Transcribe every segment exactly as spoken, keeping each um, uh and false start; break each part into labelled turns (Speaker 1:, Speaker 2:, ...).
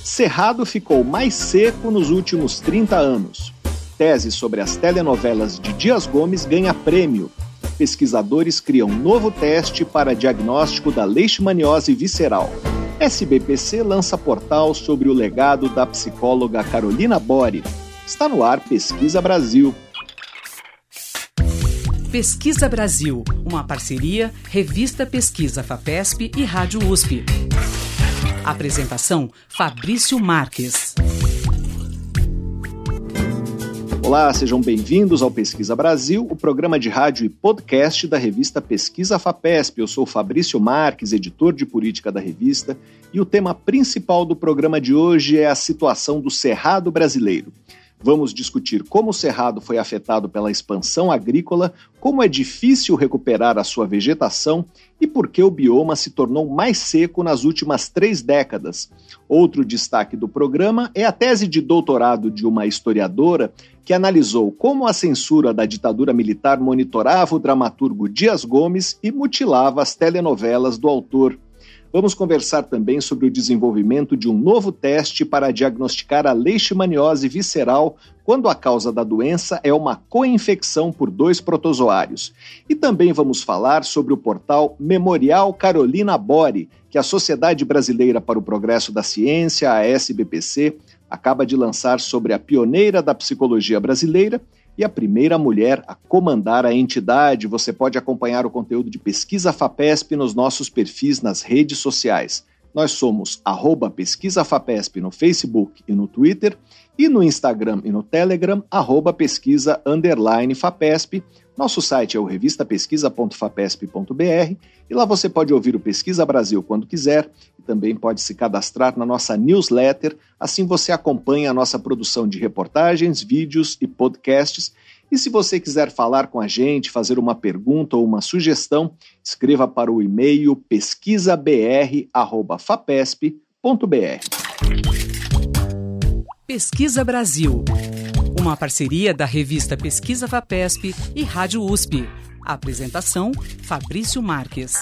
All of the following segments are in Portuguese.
Speaker 1: Cerrado ficou mais seco nos últimos trinta anos. Tese sobre as telenovelas de Dias Gomes ganha prêmio. Pesquisadores criam novo teste para diagnóstico da leishmaniose visceral. S B P C lança portal sobre o legado da psicóloga Carolina Bori. Está no ar Pesquisa Brasil.
Speaker 2: Pesquisa Brasil, uma parceria Revista Pesquisa FAPESP e Rádio U S P. Apresentação, Fabrício Marques.
Speaker 1: Olá, sejam bem-vindos ao Pesquisa Brasil, o programa de rádio e podcast da revista Pesquisa FAPESP. Eu sou Fabrício Marques, editor de política da revista, e o tema principal do programa de hoje é a situação do Cerrado brasileiro. Vamos discutir como o Cerrado foi afetado pela expansão agrícola, como é difícil recuperar a sua vegetação e por que o bioma se tornou mais seco nas últimas três décadas. Outro destaque do programa é a tese de doutorado de uma historiadora que analisou como a censura da ditadura militar monitorava o dramaturgo Dias Gomes e mutilava as telenovelas do autor. Vamos conversar também sobre o desenvolvimento de um novo teste para diagnosticar a leishmaniose visceral quando a causa da doença é uma co-infecção por dois protozoários. E também vamos falar sobre o portal Memorial Carolina Bori, que a Sociedade Brasileira para o Progresso da Ciência, a S B P C, acaba de lançar sobre a pioneira da psicologia brasileira e a primeira mulher a comandar a entidade. Você pode acompanhar o conteúdo de Pesquisa FAPESP nos nossos perfis nas redes sociais. Nós somos arroba Pesquisa FAPESP no Facebook e no Twitter, e no Instagram e no Telegram, arroba pesquisa underline FAPESP. Nosso site é o revista pesquisa ponto fapesp ponto b r e lá você pode ouvir o Pesquisa Brasil quando quiser e também pode se cadastrar na nossa newsletter, assim você acompanha a nossa produção de reportagens, vídeos e podcasts. E se você quiser falar com a gente, fazer uma pergunta ou uma sugestão, escreva para o e-mail pesquisabr arroba fapesp ponto b r.
Speaker 2: Pesquisa Brasil, uma parceria da revista Pesquisa FAPESP e Rádio U S P. Apresentação, Fabrício Marques.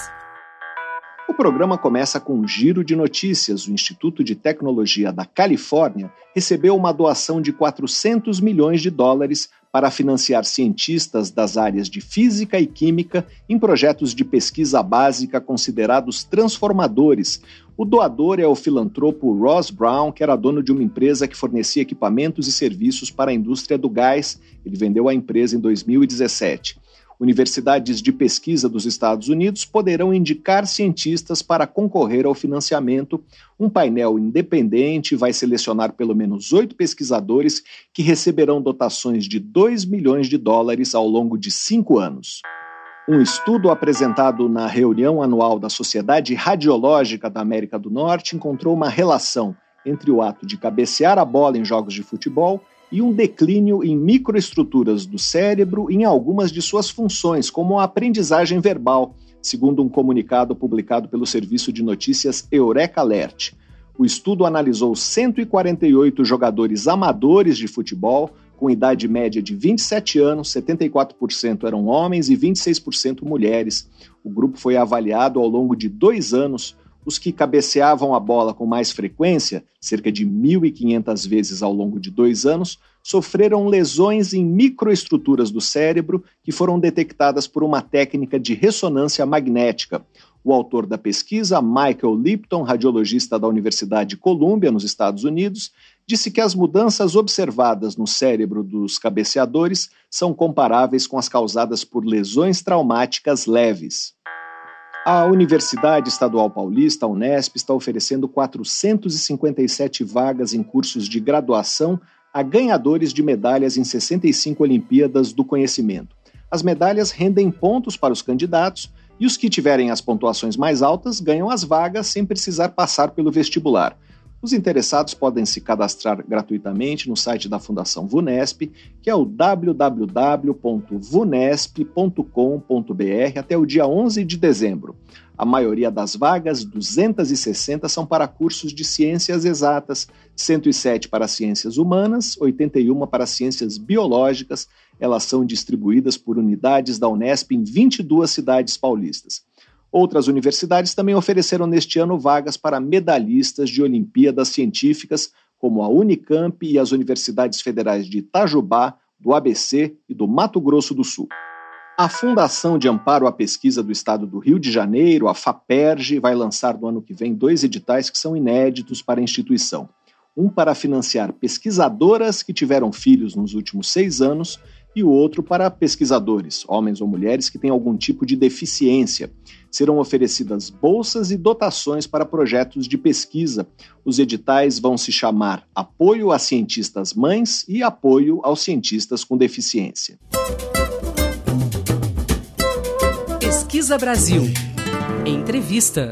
Speaker 1: O programa começa com um giro de notícias. O Instituto de Tecnologia da Califórnia recebeu uma doação de quatrocentos milhões de dólares para financiar cientistas das áreas de física e química em projetos de pesquisa básica considerados transformadores. O doador é o filantropo Ross Brown, que era dono de uma empresa que fornecia equipamentos e serviços para a indústria do gás. Ele vendeu a empresa em dois mil e dezessete. Universidades de pesquisa dos Estados Unidos poderão indicar cientistas para concorrer ao financiamento. Um painel independente vai selecionar pelo menos oito pesquisadores que receberão dotações de dois milhões de dólares ao longo de cinco anos. Um estudo apresentado na reunião anual da Sociedade Radiológica da América do Norte encontrou uma relação entre o ato de cabecear a bola em jogos de futebol e um declínio em microestruturas do cérebro em algumas de suas funções, como a aprendizagem verbal, segundo um comunicado publicado pelo serviço de notícias Eureka Alert. O estudo analisou cento e quarenta e oito jogadores amadores de futebol, com idade média de vinte e sete anos, setenta e quatro por cento eram homens e vinte e seis por cento mulheres. O grupo foi avaliado ao longo de dois anos. Os que cabeceavam a bola com mais frequência, cerca de mil e quinhentas vezes ao longo de dois anos, sofreram lesões em microestruturas do cérebro que foram detectadas por uma técnica de ressonância magnética. O autor da pesquisa, Michael Lipton, radiologista da Universidade de Colômbia, nos Estados Unidos, disse que as mudanças observadas no cérebro dos cabeceadores são comparáveis com as causadas por lesões traumáticas leves. A Universidade Estadual Paulista, a Unesp, está oferecendo quatrocentas e cinquenta e sete vagas em cursos de graduação a ganhadores de medalhas em sessenta e cinco Olimpíadas do Conhecimento. As medalhas rendem pontos para os candidatos e os que tiverem as pontuações mais altas ganham as vagas sem precisar passar pelo vestibular. Os interessados podem se cadastrar gratuitamente no site da Fundação VUNESP, que é o w w w ponto vunesp ponto com ponto b r, até o dia onze de dezembro. A maioria das vagas, duzentas e sessenta, são para cursos de ciências exatas, cento e sete para ciências humanas, oitenta e uma para ciências biológicas. Elas são distribuídas por unidades da Unesp em vinte e duas cidades paulistas. Outras universidades também ofereceram neste ano vagas para medalhistas de Olimpíadas Científicas, como a Unicamp e as universidades federais de Itajubá, do A B C e do Mato Grosso do Sul. A Fundação de Amparo à Pesquisa do Estado do Rio de Janeiro, a FAPERJ, vai lançar no ano que vem dois editais que são inéditos para a instituição. Um para financiar pesquisadoras que tiveram filhos nos últimos seis anos e o outro para pesquisadores, homens ou mulheres, que têm algum tipo de deficiência. Serão oferecidas bolsas e dotações para projetos de pesquisa. Os editais vão se chamar Apoio a Cientistas Mães e Apoio aos Cientistas com Deficiência.
Speaker 2: Pesquisa Brasil. Entrevista.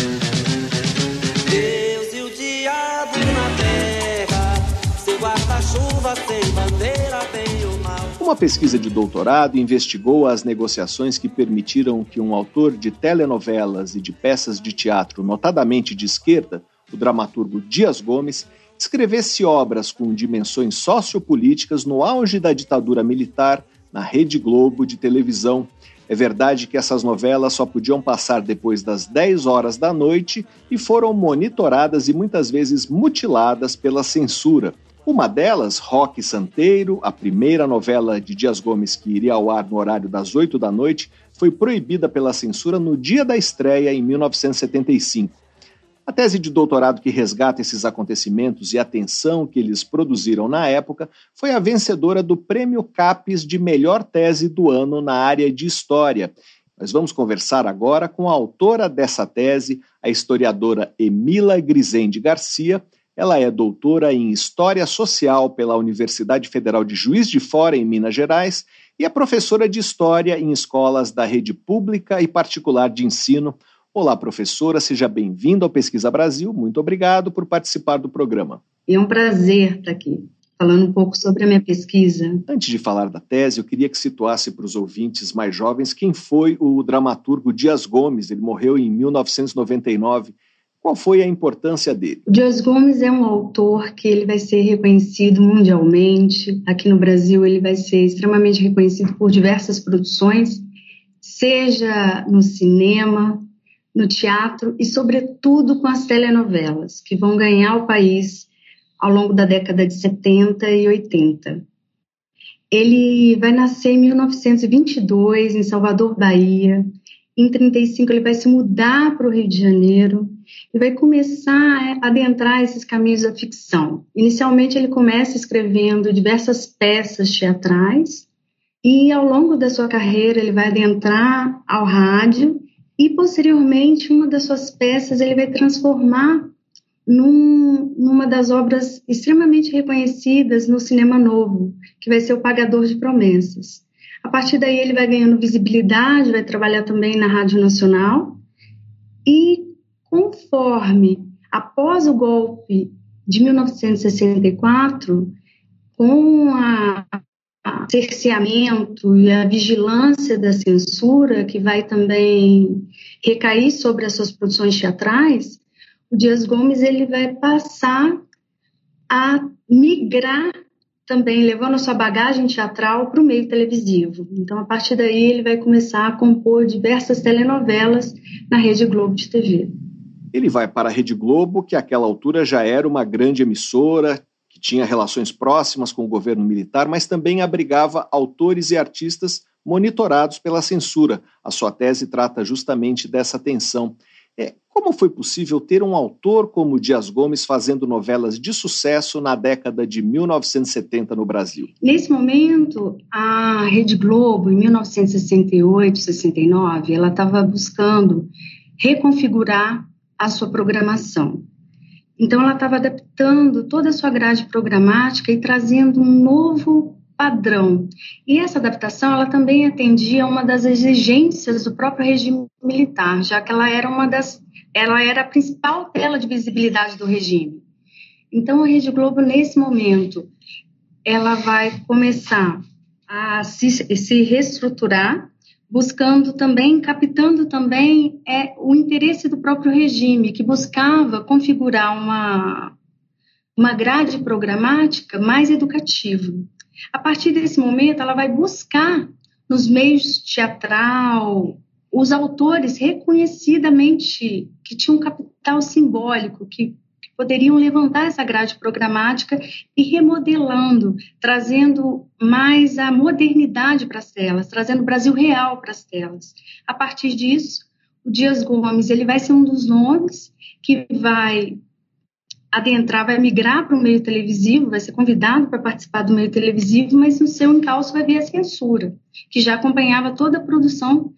Speaker 3: Deus e o diabo na terra, sem guarda-chuva, sem bandeira, bem ou mal.
Speaker 1: Uma pesquisa de doutorado investigou as negociações que permitiram que um autor de telenovelas e de peças de teatro notadamente de esquerda, o dramaturgo Dias Gomes, escrevesse obras com dimensões sociopolíticas no auge da ditadura militar na Rede Globo de televisão. É verdade que essas novelas só podiam passar depois das dez horas da noite e foram monitoradas e muitas vezes mutiladas pela censura. Uma delas, Roque Santeiro, a primeira novela de Dias Gomes que iria ao ar no horário das oito da noite, foi proibida pela censura no dia da estreia, em mil novecentos e setenta e cinco. A tese de doutorado que resgata esses acontecimentos e a tensão que eles produziram na época foi a vencedora do Prêmio CAPES de melhor tese do ano na área de História. Nós vamos conversar agora com a autora dessa tese, a historiadora Emila Grisende Garcia. Ela é doutora em História Social pela Universidade Federal de Juiz de Fora, em Minas Gerais, e é professora de História em escolas da rede pública e particular de ensino. Olá, professora, seja bem-vinda ao Pesquisa Brasil. Muito obrigado por participar do programa.
Speaker 4: É um prazer estar aqui, falando um pouco sobre a minha pesquisa.
Speaker 1: Antes de falar da tese, eu queria que situasse para os ouvintes mais jovens quem foi o dramaturgo Dias Gomes. Ele morreu em mil novecentos e noventa e nove. Qual foi a importância dele?
Speaker 4: O Dias Gomes é um autor que ele vai ser reconhecido mundialmente. Aqui no Brasil ele vai ser extremamente reconhecido por diversas produções, seja no cinema, no teatro e, sobretudo, com as telenovelas, que vão ganhar o país ao longo da década de setenta e oitenta. Ele vai nascer em mil novecentos e vinte e dois, em Salvador, Bahia. Em trinta e cinco ele vai se mudar para o Rio de Janeiro e vai começar a adentrar esses caminhos da ficção. Inicialmente ele começa escrevendo diversas peças teatrais e ao longo da sua carreira ele vai adentrar ao rádio e posteriormente uma das suas peças ele vai transformar num, numa das obras extremamente reconhecidas no cinema novo, que vai ser O Pagador de Promessas. A partir daí ele vai ganhando visibilidade, vai trabalhar também na Rádio Nacional e conforme, após o golpe de mil novecentos e sessenta e quatro, com a, a cerceamento e a vigilância da censura, que vai também recair sobre as suas produções teatrais, o Dias Gomes ele vai passar a migrar também, levando a sua bagagem teatral para o meio televisivo. Então, a partir daí, ele vai começar a compor diversas telenovelas na Rede Globo de T V.
Speaker 1: Ele vai para a Rede Globo, que àquela altura já era uma grande emissora, que tinha relações próximas com o governo militar, mas também abrigava autores e artistas monitorados pela censura. A sua tese trata justamente dessa tensão. É, como foi possível ter um autor como Dias Gomes fazendo novelas de sucesso na década de mil novecentos e setenta no Brasil?
Speaker 4: Nesse momento, a Rede Globo, em mil novecentos e sessenta e oito, sessenta e nove, ela estava buscando reconfigurar a sua programação. Então, ela estava adaptando toda a sua grade programática e trazendo um novo padrão. E essa adaptação, ela também atendia a uma das exigências do próprio regime militar, já que ela era uma das, ela era a principal tela de visibilidade do regime. Então, a Rede Globo, nesse momento, ela vai começar a se, se reestruturar, buscando também, captando também é, o interesse do próprio regime, que buscava configurar uma, uma grade programática mais educativa. A partir desse momento, ela vai buscar nos meios teatral, os autores reconhecidamente que tinham um capital simbólico, que, que poderiam levantar essa grade programática e remodelando, trazendo mais a modernidade para as telas, trazendo o Brasil real para as telas. A partir disso, o Dias Gomes ele vai ser um dos nomes que vai adentrar, vai migrar para o meio televisivo, vai ser convidado para participar do meio televisivo, mas no seu encalço vai vir a censura, que já acompanhava toda a produção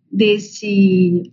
Speaker 4: desse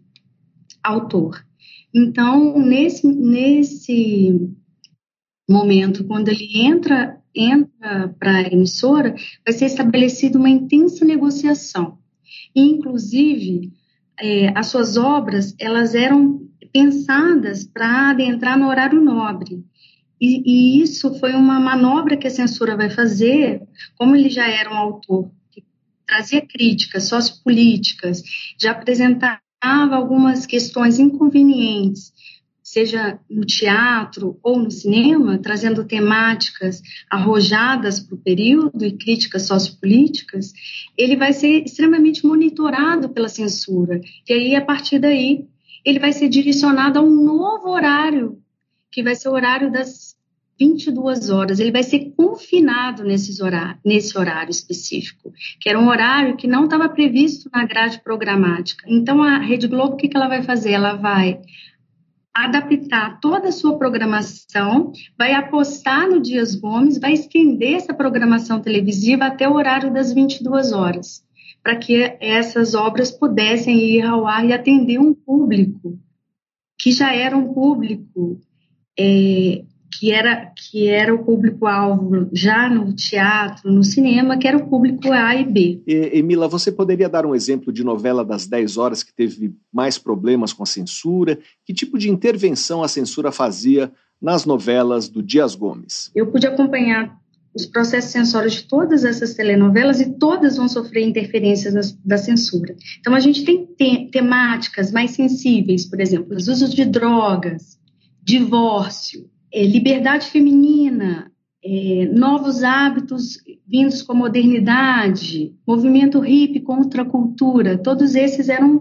Speaker 4: autor. Então, nesse, nesse momento, quando ele entra, entra para a emissora, vai ser estabelecida uma intensa negociação. E, inclusive, é, as suas obras, elas eram pensadas para adentrar no horário nobre. E, e isso foi uma manobra que a censura vai fazer, como ele já era um autor que trazia críticas sociopolíticas, já apresentava algumas questões inconvenientes, seja no teatro ou no cinema, trazendo temáticas arrojadas para o período e críticas sociopolíticas, ele vai ser extremamente monitorado pela censura. E aí, a partir daí, ele vai ser direcionado a um novo horário, que vai ser o horário das vinte e duas horas. Ele vai ser confinado nesses horário, nesse horário específico, que era um horário que não estava previsto na grade programática. Então, a Rede Globo, o que, que ela vai fazer? Ela vai adaptar toda a sua programação, vai apostar no Dias Gomes, vai estender essa programação televisiva até o horário das vinte e duas horas. Para que essas obras pudessem ir ao ar e atender um público que já era um público, é, que, era, que era o público-alvo já no teatro, no cinema, que era o público A e B.
Speaker 1: E, Emila, você poderia dar um exemplo de novela das dez horas que teve mais problemas com a censura? Que tipo de intervenção a censura fazia nas novelas do Dias Gomes?
Speaker 4: Eu pude acompanhar os processos censórios de todas essas telenovelas e todas vão sofrer interferências da censura. Então, a gente tem te- temáticas mais sensíveis, por exemplo, os usos de drogas, divórcio, é, liberdade feminina, é, novos hábitos vindos com a modernidade, movimento hippie contra a cultura, todos esses eram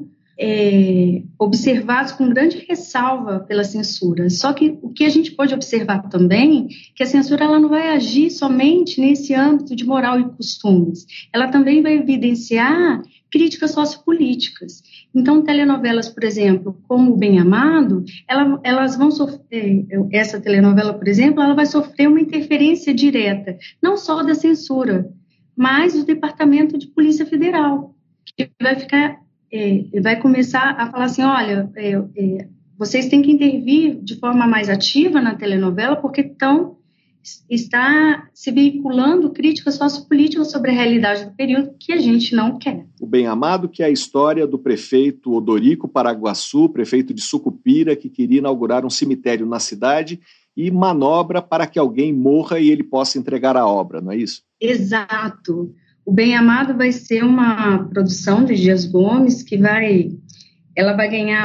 Speaker 4: É, observados com grande ressalva pela censura. Só que o que a gente pode observar também, que a censura ela não vai agir somente nesse âmbito de moral e costumes. Ela também vai evidenciar críticas sociopolíticas. Então, telenovelas, por exemplo, como o Bem Amado, ela, elas vão sofrer, essa telenovela, por exemplo, ela vai sofrer uma interferência direta, não só da censura, mas do Departamento de Polícia Federal, que vai ficar É, vai começar a falar assim, olha, é, é, vocês têm que intervir de forma mais ativa na telenovela porque estão, está se veiculando críticas sociopolíticas sobre a realidade do período que a gente não quer.
Speaker 1: O Bem Amado, que é a história do prefeito Odorico Paraguaçu, prefeito de Sucupira, que queria inaugurar um cemitério na cidade e manobra para que alguém morra e ele possa entregar a obra, não é isso?
Speaker 4: Exato. O Bem Amado vai ser uma produção de Dias Gomes que vai, ela vai ganhar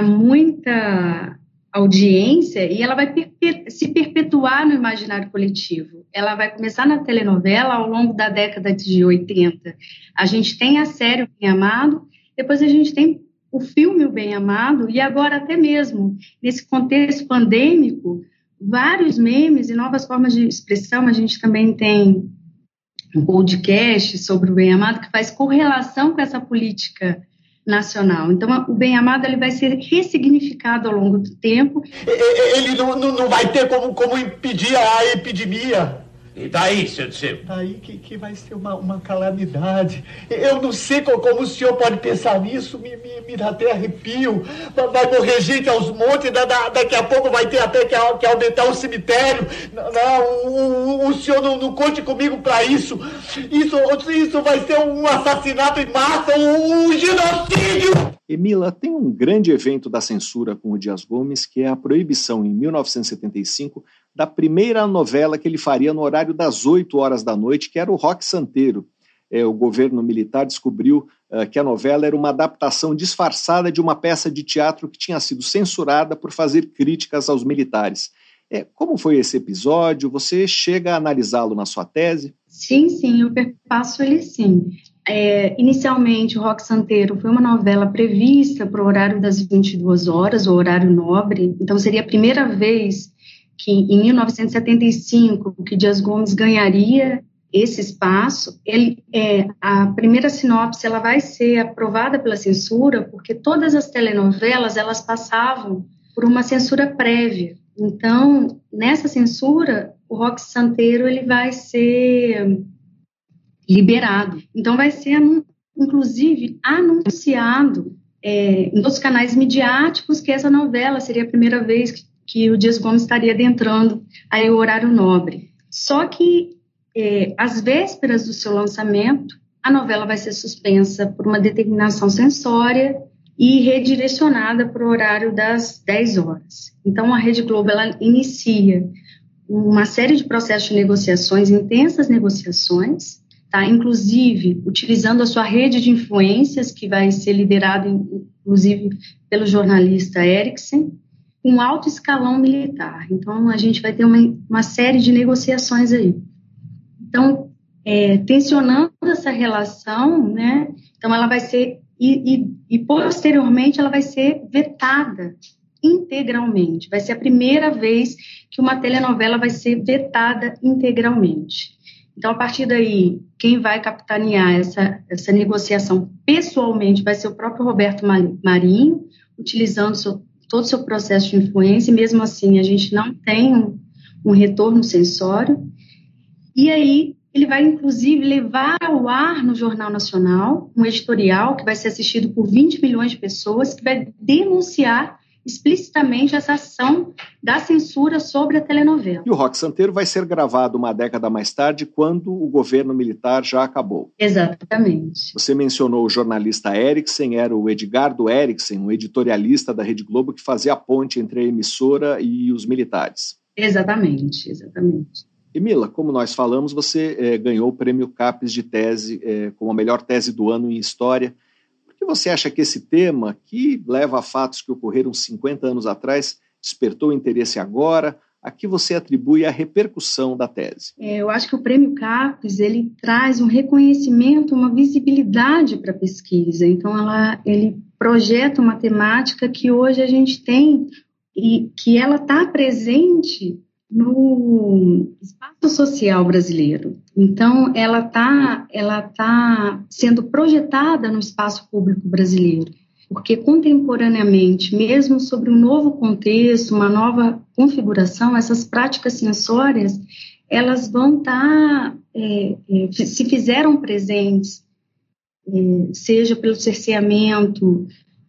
Speaker 4: muita audiência e ela vai perpetu- se perpetuar no imaginário coletivo. Ela vai começar na telenovela ao longo da década de oitenta. A gente tem a série O Bem Amado, depois a gente tem o filme O Bem Amado e agora até mesmo nesse contexto pandêmico, vários memes e novas formas de expressão. A gente também tem um podcast sobre o Bem Amado que faz correlação com essa política nacional. Então, o Bem Amado ele vai ser ressignificado ao longo do tempo.
Speaker 5: Ele não, não, não vai ter como, como impedir a epidemia.
Speaker 6: E daí, seu Dirceu?
Speaker 5: Daí que, que vai ser uma, uma calamidade. Eu não sei como, como o senhor pode pensar nisso, me, me, me dá até arrepio. Vai morrer gente aos montes, da, da, daqui a pouco vai ter até que, que aumentar o cemitério. Não, não o, o, o senhor não, não conte comigo para isso. isso. Isso vai ser um assassinato em massa, um, um genocídio.
Speaker 1: Emila, tem um grande evento da censura com o Dias Gomes, que é a proibição, em mil novecentos e setenta e cinco, da primeira novela que ele faria no horário das oito horas da noite, que era o Roque Santeiro. É, o governo militar descobriu uh, que a novela era uma adaptação disfarçada de uma peça de teatro que tinha sido censurada por fazer críticas aos militares. É, como foi esse episódio? Você chega a analisá-lo na sua tese?
Speaker 4: Sim, sim, eu perpasso ele sim. É, inicialmente, o Roque Santeiro foi uma novela prevista para o horário das vinte e duas horas, o horário nobre. Então, seria a primeira vez que, em mil novecentos e setenta e cinco, que Dias Gomes ganharia esse espaço. Ele, é, a primeira sinopse ela vai ser aprovada pela censura, porque todas as telenovelas elas passavam por uma censura prévia. Então, nessa censura, o Roque Santeiro ele vai ser liberado. Então, vai ser, inclusive, anunciado é, em outros canais midiáticos que essa novela seria a primeira vez que, que o Dias Gomes estaria adentrando aí o horário nobre. Só que, é, às vésperas do seu lançamento, a novela vai ser suspensa por uma determinação censória e redirecionada para o horário das dez horas. Então, a Rede Globo ela inicia uma série de processos de negociações, intensas negociações, tá? Inclusive utilizando a sua rede de influências, que vai ser liderada, inclusive, pelo jornalista Eriksen, um alto escalão militar. Então, a gente vai ter uma, uma série de negociações aí. Então, é, tensionando essa relação, né? Então, ela vai ser, e, e, e posteriormente, ela vai ser vetada integralmente. Vai ser a primeira vez que uma telenovela vai ser vetada integralmente. Então, a partir daí, quem vai capitanear essa, essa negociação pessoalmente vai ser o próprio Roberto Marinho, utilizando seu, todo o seu processo de influência, e mesmo assim a gente não tem um, um retorno censório. E aí, ele vai, inclusive, levar ao ar no Jornal Nacional um editorial que vai ser assistido por vinte milhões de pessoas, que vai denunciar explicitamente essa ação da censura sobre a telenovela.
Speaker 1: E o Roque Santeiro vai ser gravado uma década mais tarde, quando o governo militar já acabou.
Speaker 4: Exatamente.
Speaker 1: Você mencionou o jornalista Eriksen, era o Edgardo Eriksen, um editorialista da Rede Globo que fazia a ponte entre a emissora e os militares.
Speaker 4: Exatamente, exatamente.
Speaker 1: Emila, como nós falamos, você eh, ganhou o prêmio CAPES de tese eh, como a melhor tese do ano em História. Por que você acha que esse tema, que leva a fatos que ocorreram cinquenta anos atrás, despertou interesse agora? A que você atribui a repercussão da tese?
Speaker 4: É, eu acho que o prêmio CAPES, ele traz um reconhecimento, uma visibilidade para a pesquisa. Então, ela, ele projeta uma temática que hoje a gente tem e que ela está presente no espaço social brasileiro. Então, ela está ela tá sendo projetada no espaço público brasileiro, porque contemporaneamente, mesmo sobre um novo contexto, uma nova configuração, essas práticas censórias, elas vão estar, tá, é, é, se fizeram presentes, é, seja pelo cerceamento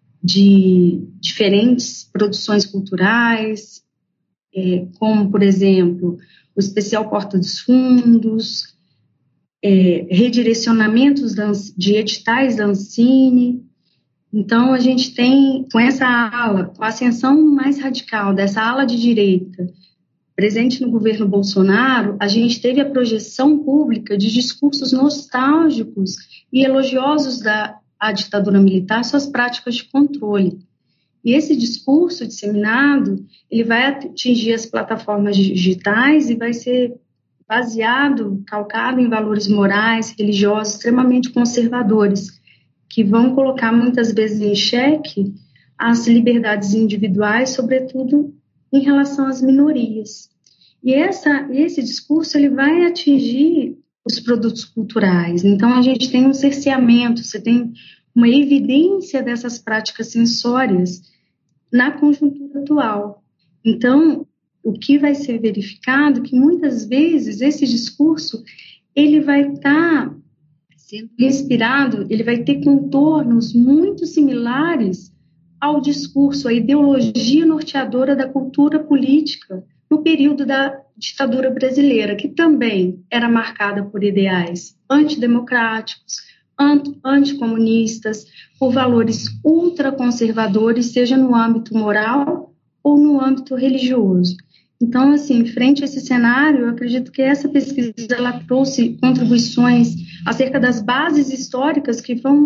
Speaker 4: de diferentes produções culturais, É, como, por exemplo, o especial Porta dos Fundos, é, redirecionamentos de editais da Ancine. Então, a gente tem, com essa ala, com a ascensão mais radical dessa ala de direita, presente no governo Bolsonaro, a gente teve a projeção pública de discursos nostálgicos e elogiosos da a ditadura militar, suas práticas de controle. E esse discurso disseminado, ele vai atingir as plataformas digitais e vai ser baseado, calcado em valores morais, religiosos, extremamente conservadores, que vão colocar muitas vezes em xeque as liberdades individuais, sobretudo em relação às minorias. E essa, esse discurso ele vai atingir os produtos culturais. Então, a gente tem um cerceamento, você tem uma evidência dessas práticas sensórias na conjuntura atual. Então, o que vai ser verificado é que muitas vezes esse discurso ele vai estar tá sendo inspirado, ele vai ter contornos muito similares ao discurso, à ideologia norteadora da cultura política no período da ditadura brasileira, que também era marcada por ideais antidemocráticos, anticomunistas, por valores ultraconservadores, seja no âmbito moral ou no âmbito religioso. Então, assim, frente a esse cenário, eu acredito que essa pesquisa ela trouxe contribuições acerca das bases históricas que vão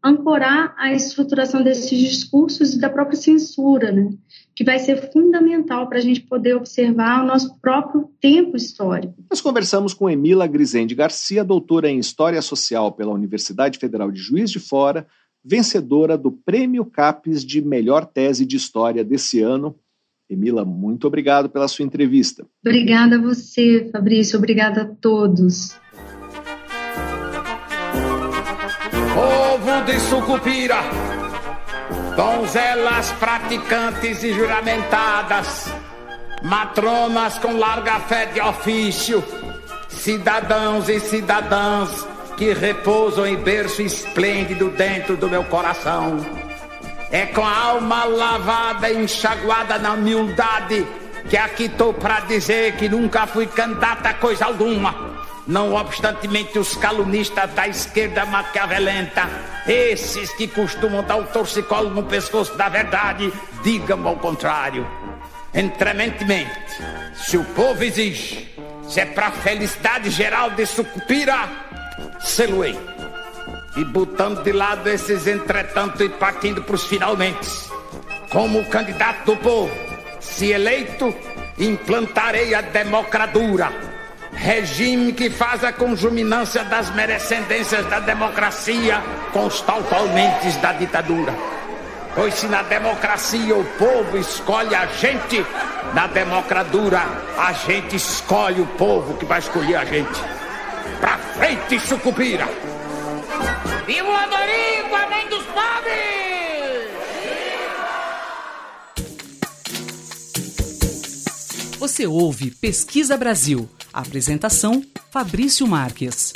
Speaker 4: ancorar a estruturação desses discursos e da própria censura, né? Que vai ser fundamental para a gente poder observar o nosso próprio tempo histórico.
Speaker 1: Nós conversamos com Emila Grisende Garcia, doutora em História Social pela Universidade Federal de Juiz de Fora, vencedora do Prêmio CAPES de Melhor Tese de História desse ano. Emila, muito obrigado pela sua entrevista.
Speaker 4: Obrigada a você, Fabrício. Obrigada a todos.
Speaker 7: Povo de Sucupira, donzelas praticantes e juramentadas, matronas com larga fé de ofício, cidadãos e cidadãs que repousam em berço esplêndido dentro do meu coração. É com a alma lavada e enxaguada na humildade que aqui estou para dizer que nunca fui candidata a coisa alguma. Não obstantemente os calunistas da esquerda maquiavelenta, esses que costumam dar o torcicolo no pescoço da verdade, digam ao contrário. Entrementemente, se o povo exige, se é para a felicidade geral de Sucupira, sê-lo-ei. E botando de lado esses entretanto e partindo para os finalmente, como candidato do povo, se eleito, implantarei a democradura, regime que faz a conjuminância das merecendências da democracia com os tautalmentes da ditadura. Pois se na democracia o povo escolhe a gente, na democradura a gente escolhe o povo que vai escolher a gente. Pra frente, Sucupira! Viva o Andorinho, a mãe dos pobres!
Speaker 2: Você ouve Pesquisa Brasil. Apresentação, Fabrício Marques.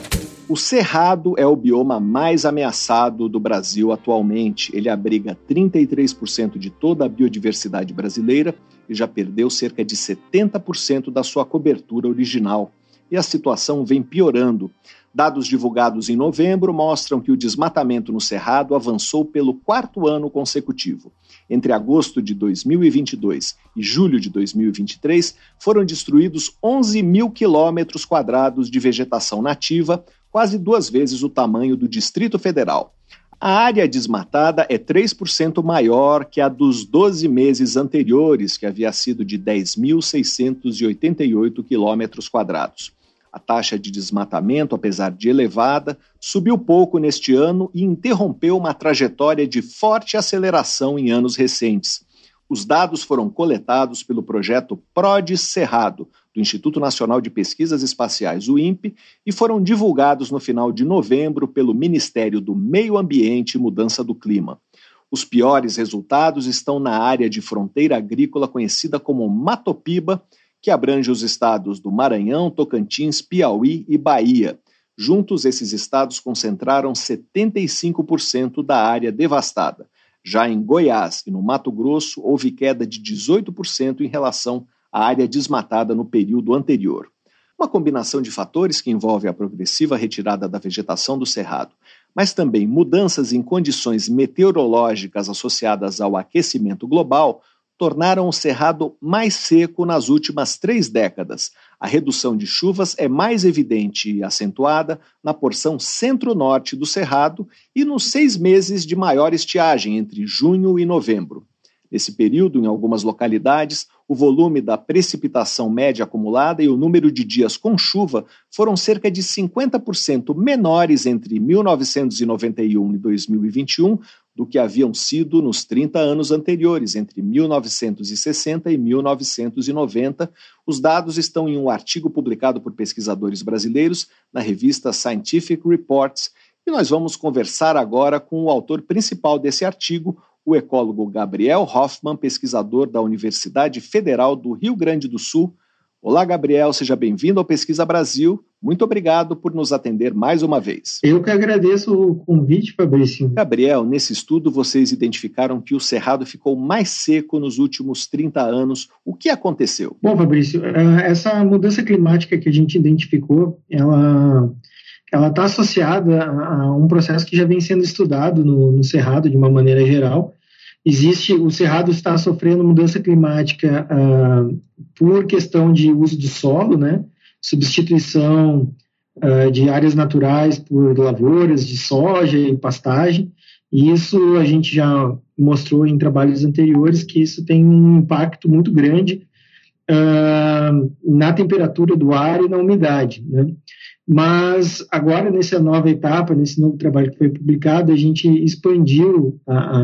Speaker 1: O Cerrado é o bioma mais ameaçado do Brasil atualmente. Ele abriga trinta e três por cento de toda a biodiversidade brasileira e já perdeu cerca de setenta por cento da sua cobertura original. E a situação vem piorando. Dados divulgados em novembro mostram que o desmatamento no Cerrado avançou pelo quarto ano consecutivo. Entre agosto de dois mil e vinte e dois e julho de dois mil e vinte e três, foram destruídos onze mil quilômetros quadrados de vegetação nativa, quase duas vezes o tamanho do Distrito Federal. A área desmatada é três por cento maior que a dos doze meses anteriores, que havia sido de dez mil seiscentos e oitenta e oito quilômetros quadrados. A taxa de desmatamento, apesar de elevada, subiu pouco neste ano e interrompeu uma trajetória de forte aceleração em anos recentes. Os dados foram coletados pelo projeto PRODES Cerrado, do Instituto Nacional de Pesquisas Espaciais, o INPE, e foram divulgados no final de novembro pelo Ministério do Meio Ambiente e Mudança do Clima. Os piores resultados estão na área de fronteira agrícola conhecida como Matopiba, que abrange os estados do Maranhão, Tocantins, Piauí e Bahia. Juntos, esses estados concentraram setenta e cinco por cento da área devastada. Já em Goiás e no Mato Grosso, houve queda de dezoito por cento em relação à área desmatada no período anterior. Uma combinação de fatores que envolve a progressiva retirada da vegetação do Cerrado, mas também mudanças em condições meteorológicas associadas ao aquecimento global, tornaram o Cerrado mais seco nas últimas três décadas. A redução de chuvas é mais evidente e acentuada na porção centro-norte do Cerrado e nos seis meses de maior estiagem, entre junho e novembro. Nesse período, em algumas localidades, o volume da precipitação média acumulada e o número de dias com chuva foram cerca de cinquenta por cento menores entre mil novecentos e noventa e um e dois mil e vinte e um do que haviam sido nos trinta anos anteriores, entre mil novecentos e sessenta e mil novecentos e noventa. Os dados estão em um artigo publicado por pesquisadores brasileiros na revista Scientific Reports, e nós vamos conversar agora com o autor principal desse artigo, o ecólogo Gabriel Hoffmann, pesquisador da Universidade Federal do Rio Grande do Sul. Olá, Gabriel, seja bem-vindo ao Pesquisa Brasil. Muito obrigado por nos atender mais uma vez.
Speaker 8: Eu que agradeço o convite, Fabrício.
Speaker 1: Gabriel, nesse estudo vocês identificaram que o Cerrado ficou mais seco nos últimos trinta anos. O que aconteceu?
Speaker 8: Bom, Fabrício, essa mudança climática que a gente identificou, ela ela está associada a um processo que já vem sendo estudado no, no Cerrado de uma maneira geral. Existe, o Cerrado está sofrendo mudança climática uh, por questão de uso do solo, né? Substituição uh, de áreas naturais por lavouras de soja e pastagem, e isso a gente já mostrou em trabalhos anteriores que isso tem um impacto muito grande uh, na temperatura do ar e na umidade, né? Mas agora, nessa nova etapa, nesse novo trabalho que foi publicado, a gente expandiu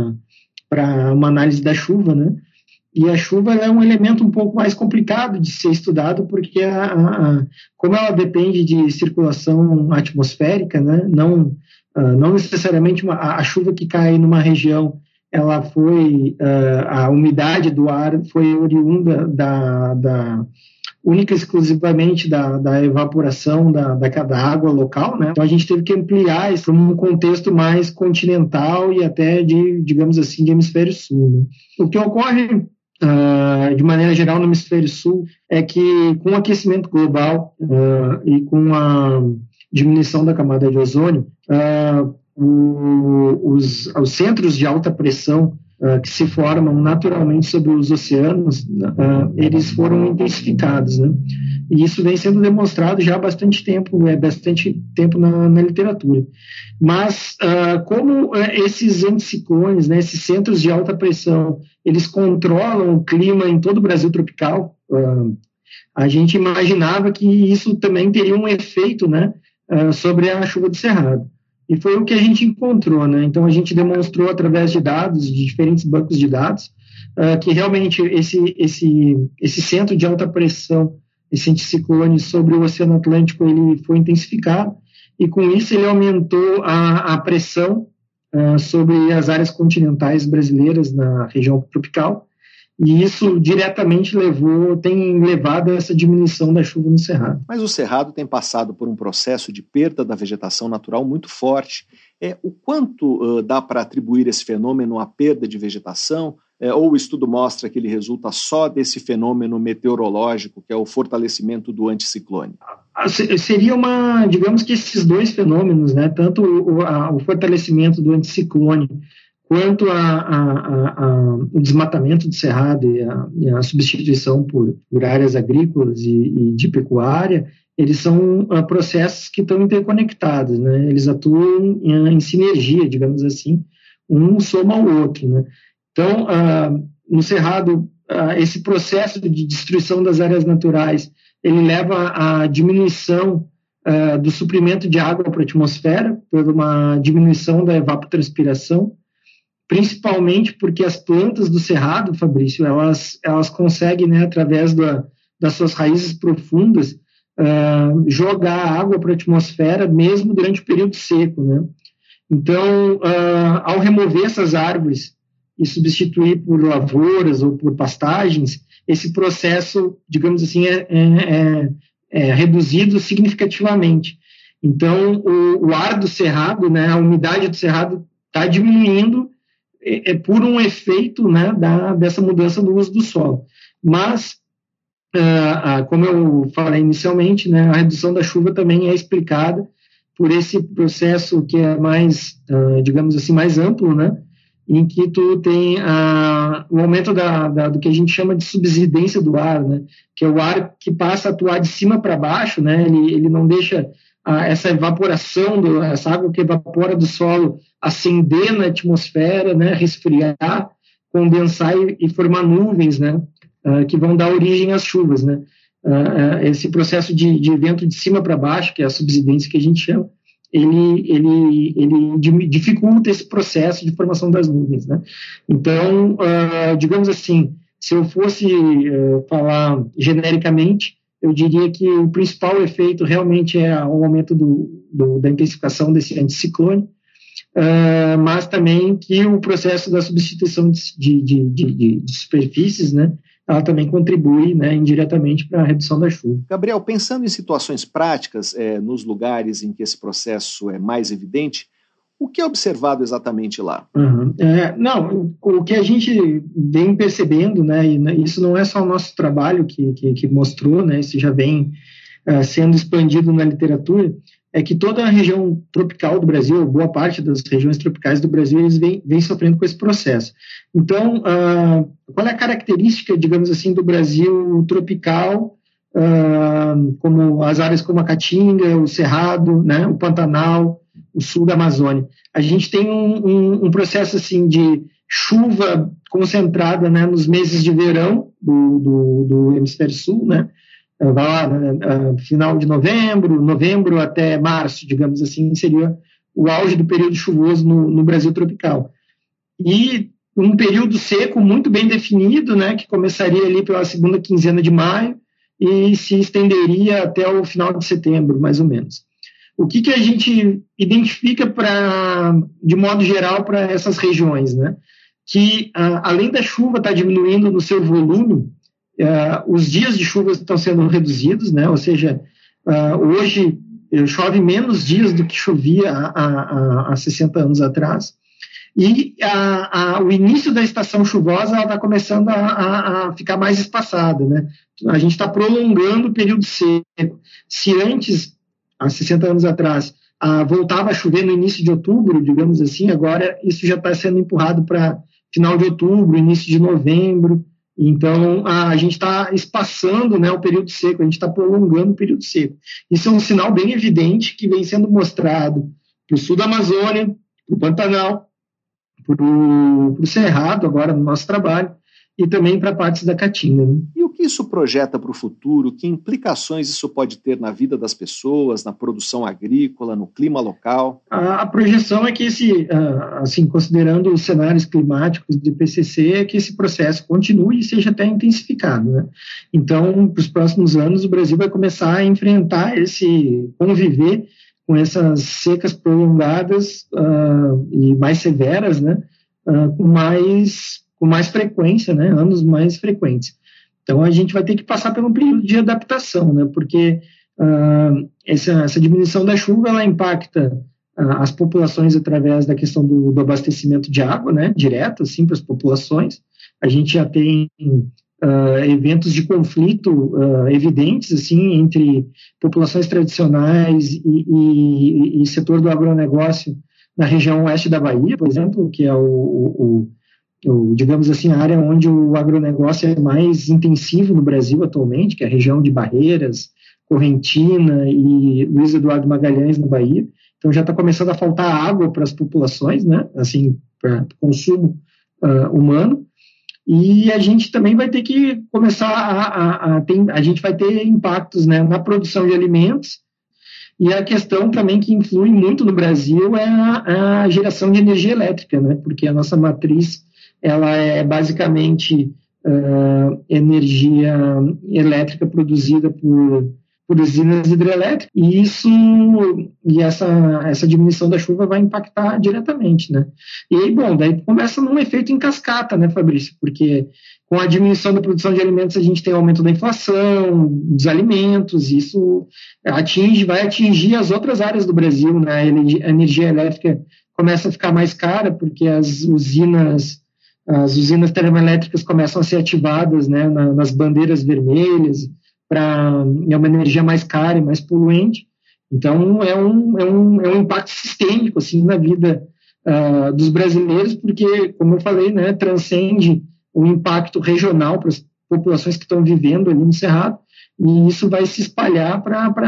Speaker 8: para uma análise da chuva, né? E a chuva é um elemento um pouco mais complicado de ser estudado, porque a, a, como ela depende de circulação atmosférica, né? Não, uh, não necessariamente uma, a, a chuva que cai numa região, ela foi, uh, a umidade do ar foi oriunda da... da única e exclusivamente da, da evaporação da, da, da água local, né? Então a gente teve que ampliar isso para um contexto mais continental e até de, digamos assim, de hemisfério sul, né? O que ocorre, uh, de maneira geral, no hemisfério sul é que com o aquecimento global uh, e com a diminuição da camada de ozônio, uh, o, os, os centros de alta pressão Uh, que se formam naturalmente sobre os oceanos, uh, eles foram intensificados, né? E isso vem sendo demonstrado já há bastante tempo, é bastante tempo na, na literatura. Mas uh, como uh, esses anticiclones, né, esses centros de alta pressão, eles controlam o clima em todo o Brasil tropical, uh, a gente imaginava que isso também teria um efeito, né, uh, sobre a chuva do Cerrado. E foi o que a gente encontrou, né? Então, a gente demonstrou através de dados, de diferentes bancos de dados, uh, que realmente esse, esse, esse centro de alta pressão, esse anticiclone sobre o Oceano Atlântico, ele foi intensificado, e com isso ele aumentou a, a pressão uh, sobre as áreas continentais brasileiras na região tropical, e isso diretamente levou, tem levado a essa diminuição da chuva no Cerrado.
Speaker 1: Mas o Cerrado tem passado por um processo de perda da vegetação natural muito forte. É, o quanto uh, dá para atribuir esse fenômeno à perda de vegetação? É, ou o estudo mostra que ele resulta só desse fenômeno meteorológico, que é o fortalecimento do anticiclone?
Speaker 8: Seria uma, digamos que esses dois fenômenos, né, tanto o, a, o fortalecimento do anticiclone quanto a, a, a, a, o desmatamento do Cerrado e a, e a substituição por, por áreas agrícolas e, e de pecuária, eles são uh, processos que estão interconectados, né? Eles atuam em, em sinergia, digamos assim, um soma ao outro, né? Então, uh, no Cerrado, uh, esse processo de destruição das áreas naturais, ele leva à diminuição uh, do suprimento de água para a atmosfera, por uma diminuição da evapotranspiração, principalmente porque as plantas do Cerrado, Fabrício, elas, elas conseguem, né, através da, das suas raízes profundas, uh, jogar água para a atmosfera mesmo durante o período seco, né? Então, uh, ao remover essas árvores e substituir por lavouras ou por pastagens, esse processo, digamos assim, é, é, é reduzido significativamente. Então, o, o ar do Cerrado, né, a umidade do Cerrado está diminuindo, é por um efeito, né, da, dessa mudança do uso do solo. Mas, uh, uh, como eu falei inicialmente, né, a redução da chuva também é explicada por esse processo que é mais, uh, digamos assim, mais amplo, né, em que tu tem uh, o aumento da, da, do que a gente chama de subsidência do ar, né, que é o ar que passa a atuar de cima para baixo, né, ele, ele não deixa uh, essa evaporação, do, essa água que evapora do solo acender na atmosfera, né, resfriar, condensar e, e formar nuvens, né, uh, que vão dar origem às chuvas, né. Uh, uh, esse processo de, de vento de cima para baixo, que é a subsidência que a gente chama, ele, ele, ele dificulta esse processo de formação das nuvens, né. Então, uh, digamos assim, se eu fosse uh, falar genericamente, eu diria que o principal efeito realmente é o aumento do, do, da intensificação desse anticiclone, Uh, mas também que o processo da substituição de, de, de, de, de superfícies, né, ela também contribui, né, indiretamente para a redução da chuva.
Speaker 1: Gabriel, pensando em situações práticas, é, nos lugares em que esse processo é mais evidente, o que é observado exatamente lá?
Speaker 8: Uhum. É, não, o que a gente vem percebendo, né, e isso não é só o nosso trabalho que, que, que mostrou, né, isso já vem uh, sendo expandido na literatura, é que toda a região tropical do Brasil, boa parte das regiões tropicais do Brasil, eles vêm, vêm sofrendo com esse processo. Então, uh, qual é a característica, digamos assim, do Brasil tropical uh, como as áreas como a Caatinga, o Cerrado, né, o Pantanal, o sul da Amazônia. A gente tem um, um, um processo assim, de chuva concentrada, né, nos meses de verão do, do, do hemisfério sul, né, vai lá, né, final de novembro, novembro até março, digamos assim, seria o auge do período chuvoso no, no Brasil tropical. E um período seco muito bem definido, né, que começaria ali pela segunda quinzena de maio e se estenderia até o final de setembro, mais ou menos. O que, que a gente identifica pra, de modo geral para essas regiões, né? Que a, além da chuva estar tá diminuindo no seu volume, Uh, os dias de chuva estão sendo reduzidos, né? Ou seja, uh, hoje chove menos dias do que chovia há, há, há sessenta anos atrás, e a, a, o início da estação chuvosa está começando a, a, a ficar mais espaçada, né? A gente está prolongando o período seco. Se antes, há sessenta anos atrás, uh, voltava a chover no início de outubro, digamos assim, agora isso já está sendo empurrado para final de outubro, início de novembro. Então, a gente está espaçando, né, o período seco, a gente está prolongando o período seco. Isso é um sinal bem evidente que vem sendo mostrado para o sul da Amazônia, para o Pantanal, para o Cerrado, agora no nosso trabalho, e também para partes da Caatinga. Né?
Speaker 1: E o que isso projeta para o futuro? Que implicações isso pode ter na vida das pessoas, na produção agrícola, no clima local?
Speaker 8: A, a projeção é que, esse, assim, considerando os cenários climáticos do I P C C, é que esse processo continue e seja até intensificado. Né? Então, para os próximos anos, o Brasil vai começar a enfrentar esse, conviver com essas secas prolongadas uh, e mais severas, né? uh, com mais... com mais frequência, né, anos mais frequentes. Então, a gente vai ter que passar por um período de adaptação, né, porque uh, essa, essa diminuição da chuva, ela impacta uh, as populações através da questão do, do abastecimento de água, né, direto, assim, para as populações. A gente já tem uh, eventos de conflito uh, evidentes, assim, entre populações tradicionais e, e, e setor do agronegócio na região oeste da Bahia, por exemplo, que é o, o O, digamos assim, a área onde o agronegócio é mais intensivo no Brasil atualmente, que é a região de Barreiras, Correntina e Luiz Eduardo Magalhães, na Bahia. Então, já está começando a faltar água para as populações, né? Assim, para consumo uh, humano. E a gente também vai ter que começar a... A, a, ter, a gente vai ter impactos, né, na produção de alimentos. E a questão também que influi muito no Brasil é a, a geração de energia elétrica, né? Porque a nossa matriz ela é basicamente uh, energia elétrica produzida por, por usinas hidrelétricas, e isso e essa, essa diminuição da chuva vai impactar diretamente, né? E aí, bom, daí começa num efeito em cascata, né, Fabrício? Porque com a diminuição da produção de alimentos a gente tem aumento da inflação, dos alimentos, e isso atinge, vai atingir as outras áreas do Brasil, né? A energia elétrica começa a ficar mais cara porque as usinas As usinas termoelétricas começam a ser ativadas, né, na, nas bandeiras vermelhas, para é uma energia mais cara e mais poluente. Então, é um, é um, é um impacto sistêmico assim, na vida uh, dos brasileiros, porque, como eu falei, né, transcende o impacto regional para as populações que estão vivendo ali no Cerrado, e isso vai se espalhar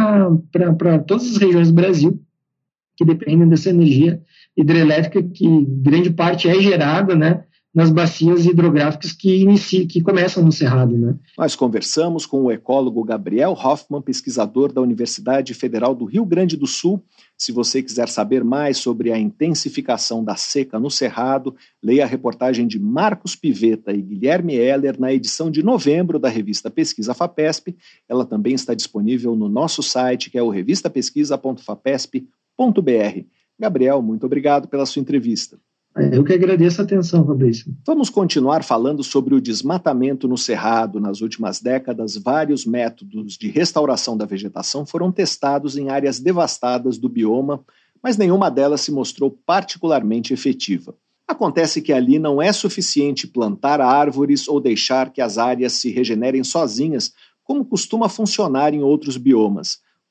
Speaker 8: para todas as regiões do Brasil que dependem dessa energia hidrelétrica, que grande parte é gerada, né, nas bacias hidrográficas que, inicia, que começam no Cerrado. Né?
Speaker 1: Nós conversamos com o ecólogo Gabriel Hoffmann, pesquisador da Universidade Federal do Rio Grande do Sul. Se você quiser saber mais sobre a intensificação da seca no Cerrado, leia a reportagem de Marcos Pivetta e Guilherme Heller na edição de novembro da revista Pesquisa FAPESP. Ela também está disponível no nosso site, que é o revista pesquisa ponto fapesp ponto b r. Gabriel, muito obrigado pela sua entrevista.
Speaker 8: Eu que agradeço a atenção, Fabrício.
Speaker 1: Vamos continuar falando sobre o desmatamento no Cerrado. Nas últimas décadas, vários métodos de restauração da vegetação foram testados em áreas devastadas do bioma, mas nenhuma delas se mostrou particularmente efetiva. Acontece que ali não é suficiente plantar árvores ou deixar que as áreas se regenerem sozinhas, como costuma funcionar em outros biomas.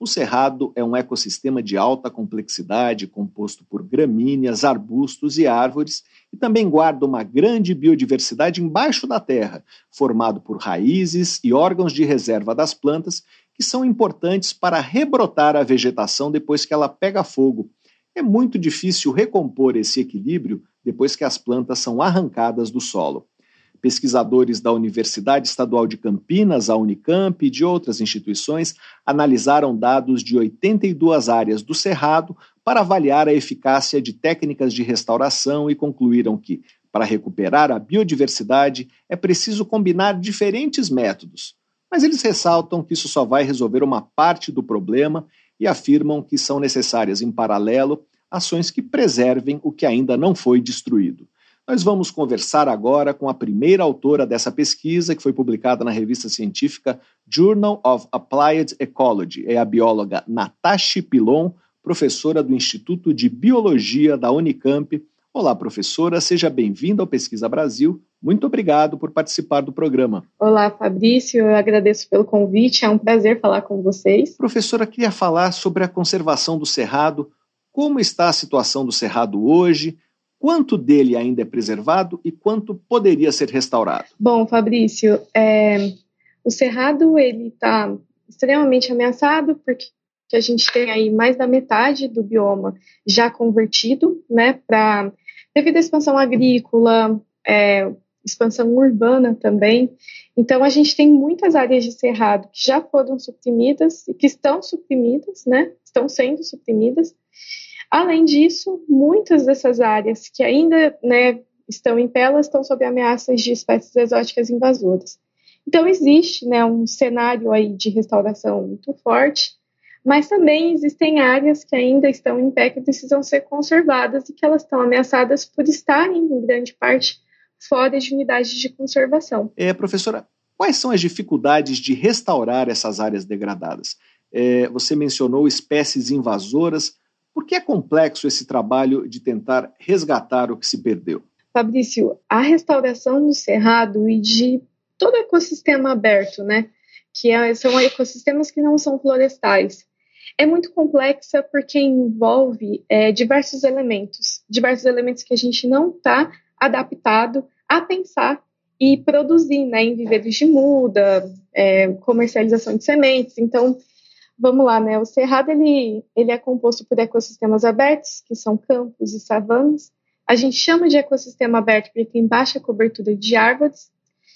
Speaker 1: O cerrado é um ecossistema de alta complexidade, composto por gramíneas, arbustos e árvores, e também guarda uma grande biodiversidade embaixo da terra, formado por raízes e órgãos de reserva das plantas, que são importantes para rebrotar a vegetação depois que ela pega fogo. É muito difícil recompor esse equilíbrio depois que as plantas são arrancadas do solo. Pesquisadores da Universidade Estadual de Campinas, a Unicamp, e de outras instituições analisaram dados de oitenta e duas áreas do cerrado para avaliar a eficácia de técnicas de restauração e concluíram que, para recuperar a biodiversidade, é preciso combinar diferentes métodos. Mas eles ressaltam que isso só vai resolver uma parte do problema e afirmam que são necessárias, em paralelo, ações que preservem o que ainda não foi destruído. Nós vamos conversar agora com a primeira autora dessa pesquisa, que foi publicada na revista científica Journal of Applied Ecology. É a bióloga Natasha Pilon, professora do Instituto de Biologia da Unicamp. Olá, professora, seja bem-vinda ao Pesquisa Brasil. Muito obrigado por participar do programa.
Speaker 9: Olá, Fabrício, eu agradeço pelo convite, é um prazer falar com vocês.
Speaker 1: Professora, queria falar sobre a conservação do cerrado. Como está a situação do cerrado hoje? Quanto dele ainda é preservado e quanto poderia ser restaurado?
Speaker 9: Bom, Fabrício, é, o cerrado ele está extremamente ameaçado porque a gente tem aí mais da metade do bioma já convertido, né, para devido à expansão agrícola, é, expansão urbana também. Então a gente tem muitas áreas de cerrado que já foram suprimidas e que estão suprimidas, né, estão sendo suprimidas. Além disso, muitas dessas áreas que ainda, né, estão em pé, elas estão sob ameaças de espécies exóticas invasoras. Então, existe, né, um cenário aí de restauração muito forte, mas também existem áreas que ainda estão em pé que precisam ser conservadas e que elas estão ameaçadas por estarem, em grande parte, fora de unidades de conservação.
Speaker 1: É, professora, quais são as dificuldades de restaurar essas áreas degradadas? É, você mencionou espécies invasoras. Por que é complexo esse trabalho de tentar resgatar o que se perdeu?
Speaker 9: Fabrício, a restauração do cerrado e de todo o ecossistema aberto, né, que é, são ecossistemas que não são florestais, é muito complexa porque envolve é, diversos elementos, diversos elementos que a gente não está adaptado a pensar e produzir, né, em viveiros de muda, é, comercialização de sementes. Então, vamos lá, né? O cerrado ele, ele é composto por ecossistemas abertos, que são campos e savanas. A gente chama de ecossistema aberto porque tem baixa cobertura de árvores.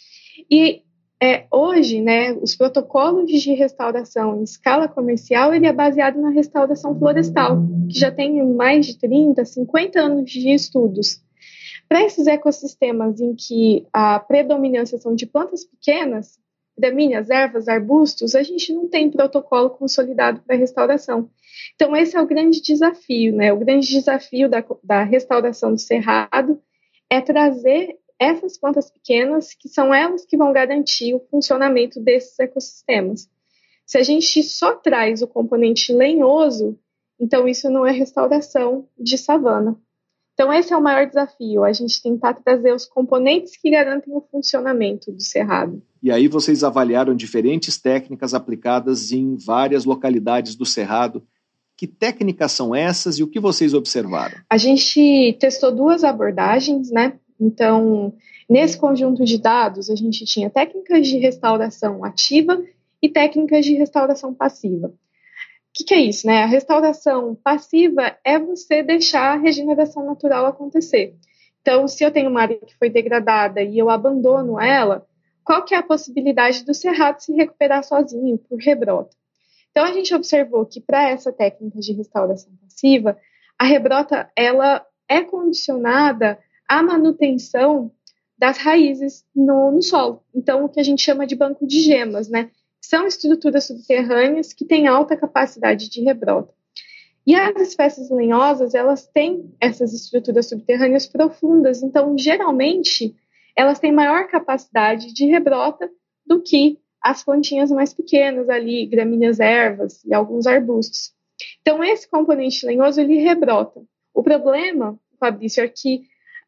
Speaker 9: E é, hoje, né, os protocolos de restauração em escala comercial ele é baseado na restauração florestal, que já tem mais de trinta, cinquenta anos de estudos. Para esses ecossistemas em que a predominância são de plantas pequenas, gramíneas, ervas, arbustos, a gente não tem protocolo consolidado para restauração. Então, esse é o grande desafio, né? O grande desafio da, da restauração do cerrado é trazer essas plantas pequenas, que são elas que vão garantir o funcionamento desses ecossistemas. Se a gente só traz o componente lenhoso, então isso não é restauração de savana. Então, esse é o maior desafio, a gente tentar trazer os componentes que garantem o funcionamento do cerrado.
Speaker 1: E aí vocês avaliaram diferentes técnicas aplicadas em várias localidades do cerrado. Que técnicas são essas e o que vocês observaram?
Speaker 9: A gente testou duas abordagens, né? Então, nesse conjunto de dados, a gente tinha técnicas de restauração ativa e técnicas de restauração passiva. O que, que é isso, né? A restauração passiva é você deixar a regeneração natural acontecer. Então, se eu tenho uma área que foi degradada e eu abandono ela, qual que é a possibilidade do cerrado se recuperar sozinho por rebrota? Então, a gente observou que para essa técnica de restauração passiva, a rebrota ela é condicionada à manutenção das raízes no, no solo. Então, o que a gente chama de banco de gemas, né? São estruturas subterrâneas que têm alta capacidade de rebrota. E as espécies lenhosas, elas têm essas estruturas subterrâneas profundas, então, geralmente, elas têm maior capacidade de rebrota do que as plantinhas mais pequenas ali, gramíneas, ervas e alguns arbustos. Então, esse componente lenhoso, ele rebrota. O problema, Fabrício, é que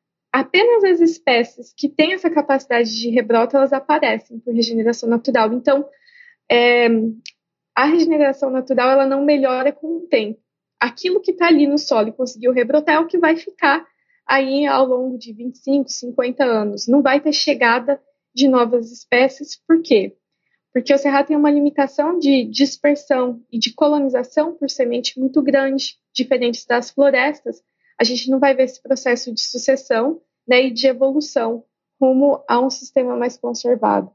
Speaker 9: apenas as espécies que têm essa capacidade de rebrota, elas aparecem por regeneração natural. Então, é, a regeneração natural ela não melhora com o tempo. Aquilo que está ali no solo e conseguiu rebrotar é o que vai ficar aí ao longo de vinte e cinco, cinquenta anos. Não vai ter chegada de novas espécies. Por quê? Porque o cerrado tem uma limitação de dispersão e de colonização por semente muito grande, diferente das florestas. A gente não vai ver esse processo de sucessão, né, e de evolução rumo a um sistema mais conservado.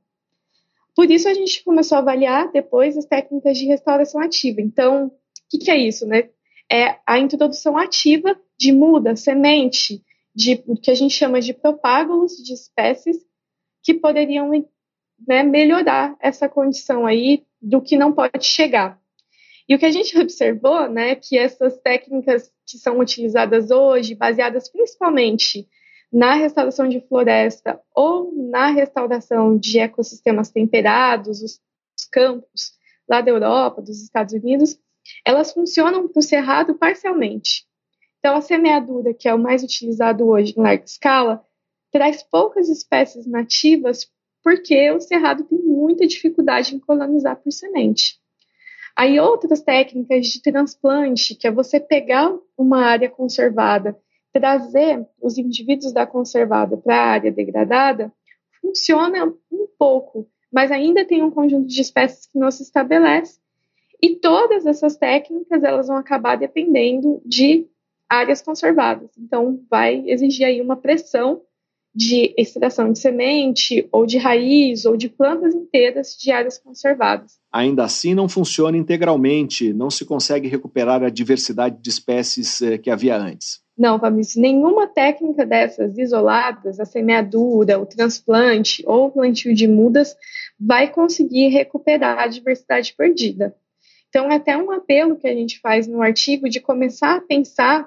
Speaker 9: Por isso a gente começou a avaliar depois as técnicas de restauração ativa. Então, o que, que é isso, né? É a introdução ativa de muda, semente, de o que a gente chama de propágulos de espécies que poderiam, né, melhorar essa condição aí do que não pode chegar. E o que a gente observou, né, que essas técnicas que são utilizadas hoje, baseadas principalmente na restauração de floresta ou na restauração de ecossistemas temperados, os, os campos lá da Europa, dos Estados Unidos, elas funcionam para o cerrado parcialmente. Então, a semeadura, que é o mais utilizado hoje em larga escala, traz poucas espécies nativas porque o cerrado tem muita dificuldade em colonizar por semente. Aí outras técnicas de transplante, que é você pegar uma área conservada, trazer os indivíduos da conservada para a área degradada, funciona um pouco, mas ainda tem um conjunto de espécies que não se estabelece. E todas essas técnicas elas vão acabar dependendo de áreas conservadas. Então, vai exigir aí uma pressão de extração de semente, ou de raiz, ou de plantas inteiras de áreas conservadas.
Speaker 1: Ainda assim, não funciona integralmente, não se consegue recuperar a diversidade de espécies eh, que havia antes.
Speaker 9: Não, Fabrício, nenhuma técnica dessas isoladas, a semeadura, o transplante ou o plantio de mudas, vai conseguir recuperar a diversidade perdida. Então, é até um apelo que a gente faz no artigo de começar a pensar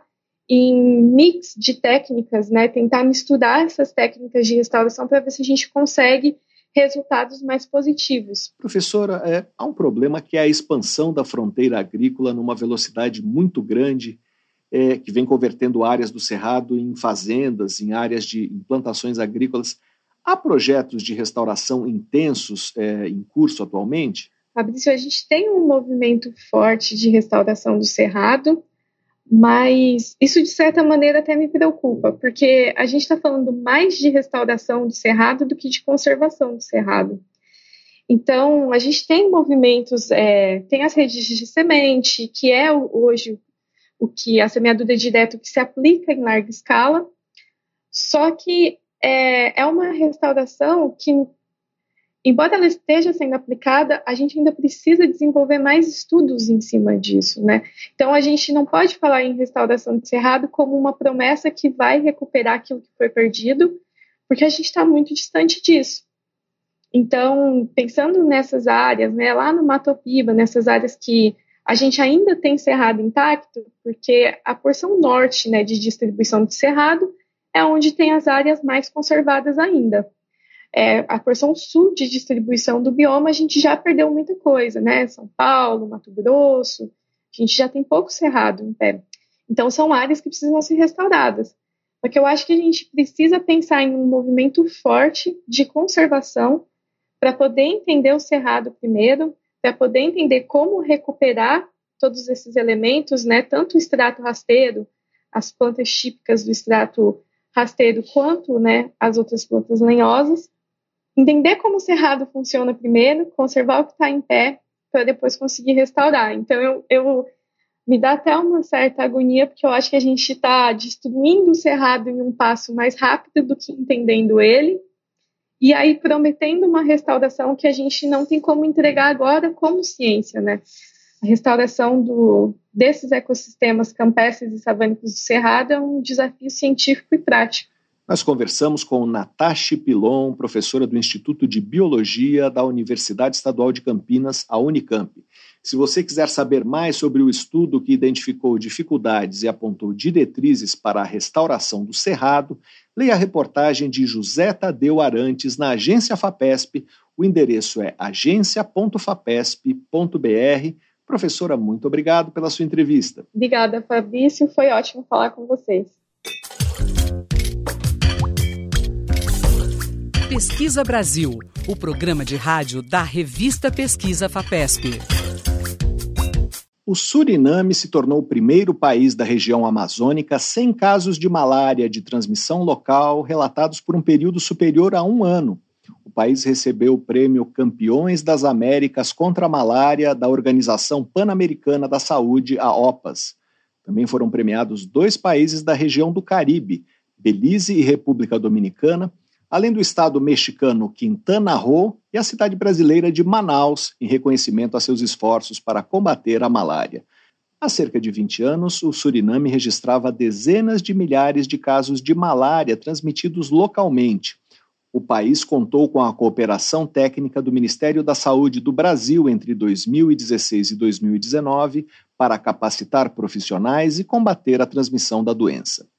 Speaker 9: em mix de técnicas, né? Tentar misturar essas técnicas de restauração para ver se a gente consegue resultados mais positivos.
Speaker 1: Professora, é, há um problema que é a expansão da fronteira agrícola numa velocidade muito grande, é, que vem convertendo áreas do Cerrado em fazendas, em áreas de implantações agrícolas. Há projetos de restauração intensos é, em curso atualmente?
Speaker 9: Fabrício, a gente tem um movimento forte de restauração do Cerrado, mas isso, de certa maneira, até me preocupa, porque a gente está falando mais de restauração do Cerrado do que de conservação do Cerrado. Então, a gente tem movimentos, é, tem as redes de semente, que é hoje o que a semeadura direta que se aplica em larga escala, só que é, é uma restauração que, embora ela esteja sendo aplicada, a gente ainda precisa desenvolver mais estudos em cima disso, né? Então, a gente não pode falar em restauração de cerrado como uma promessa que vai recuperar aquilo que foi perdido, porque a gente está muito distante disso. Então, pensando nessas áreas, né, lá no Mato Piba, nessas áreas que a gente ainda tem cerrado intacto, porque a porção norte, né, de distribuição de cerrado é onde tem as áreas mais conservadas ainda. É, a porção sul de distribuição do bioma, a gente já perdeu muita coisa, né? São Paulo, Mato Grosso, a gente já tem pouco cerrado em pé. Então, são áreas que precisam ser restauradas. Só que eu acho que a gente precisa pensar em um movimento forte de conservação para poder entender o cerrado primeiro, para poder entender como recuperar todos esses elementos, né? Tanto o extrato rasteiro, as plantas típicas do extrato rasteiro, quanto, né, as outras plantas lenhosas. Entender como o cerrado funciona primeiro, conservar o que está em pé, para depois conseguir restaurar. Então, eu, eu me dá até uma certa agonia, porque eu acho que a gente está destruindo o cerrado em um passo mais rápido do que entendendo ele, e aí prometendo uma restauração que a gente não tem como entregar agora como ciência, né? A restauração do, desses ecossistemas campestres e savânicos do cerrado é um desafio científico e prático.
Speaker 1: Nós conversamos com Natasha Pilon, professora do Instituto de Biologia da Universidade Estadual de Campinas, a Unicamp. Se você quiser saber mais sobre o estudo que identificou dificuldades e apontou diretrizes para a restauração do cerrado, leia a reportagem de José Tadeu Arantes na Agência FAPESP. O endereço é agência ponto fapesp ponto br. Professora, muito obrigado pela sua entrevista.
Speaker 9: Obrigada, Fabrício. Foi ótimo falar com vocês.
Speaker 2: Pesquisa Brasil, o programa de rádio da revista Pesquisa FAPESP.
Speaker 1: O Suriname se tornou o primeiro país da região amazônica sem casos de malária de transmissão local relatados por um período superior a um ano. O país recebeu o prêmio Campeões das Américas contra a Malária da Organização Pan-Americana da Saúde, a OPAS. Também foram premiados dois países da região do Caribe, Belize e República Dominicana, além do estado mexicano Quintana Roo e a cidade brasileira de Manaus, em reconhecimento a seus esforços para combater a malária. Há cerca de vinte anos, o Suriname registrava dezenas de milhares de casos de malária transmitidos localmente. O país contou com a cooperação técnica do Ministério da Saúde do Brasil entre dois mil e dezesseis e dois mil e dezenove para capacitar profissionais e combater a transmissão da doença.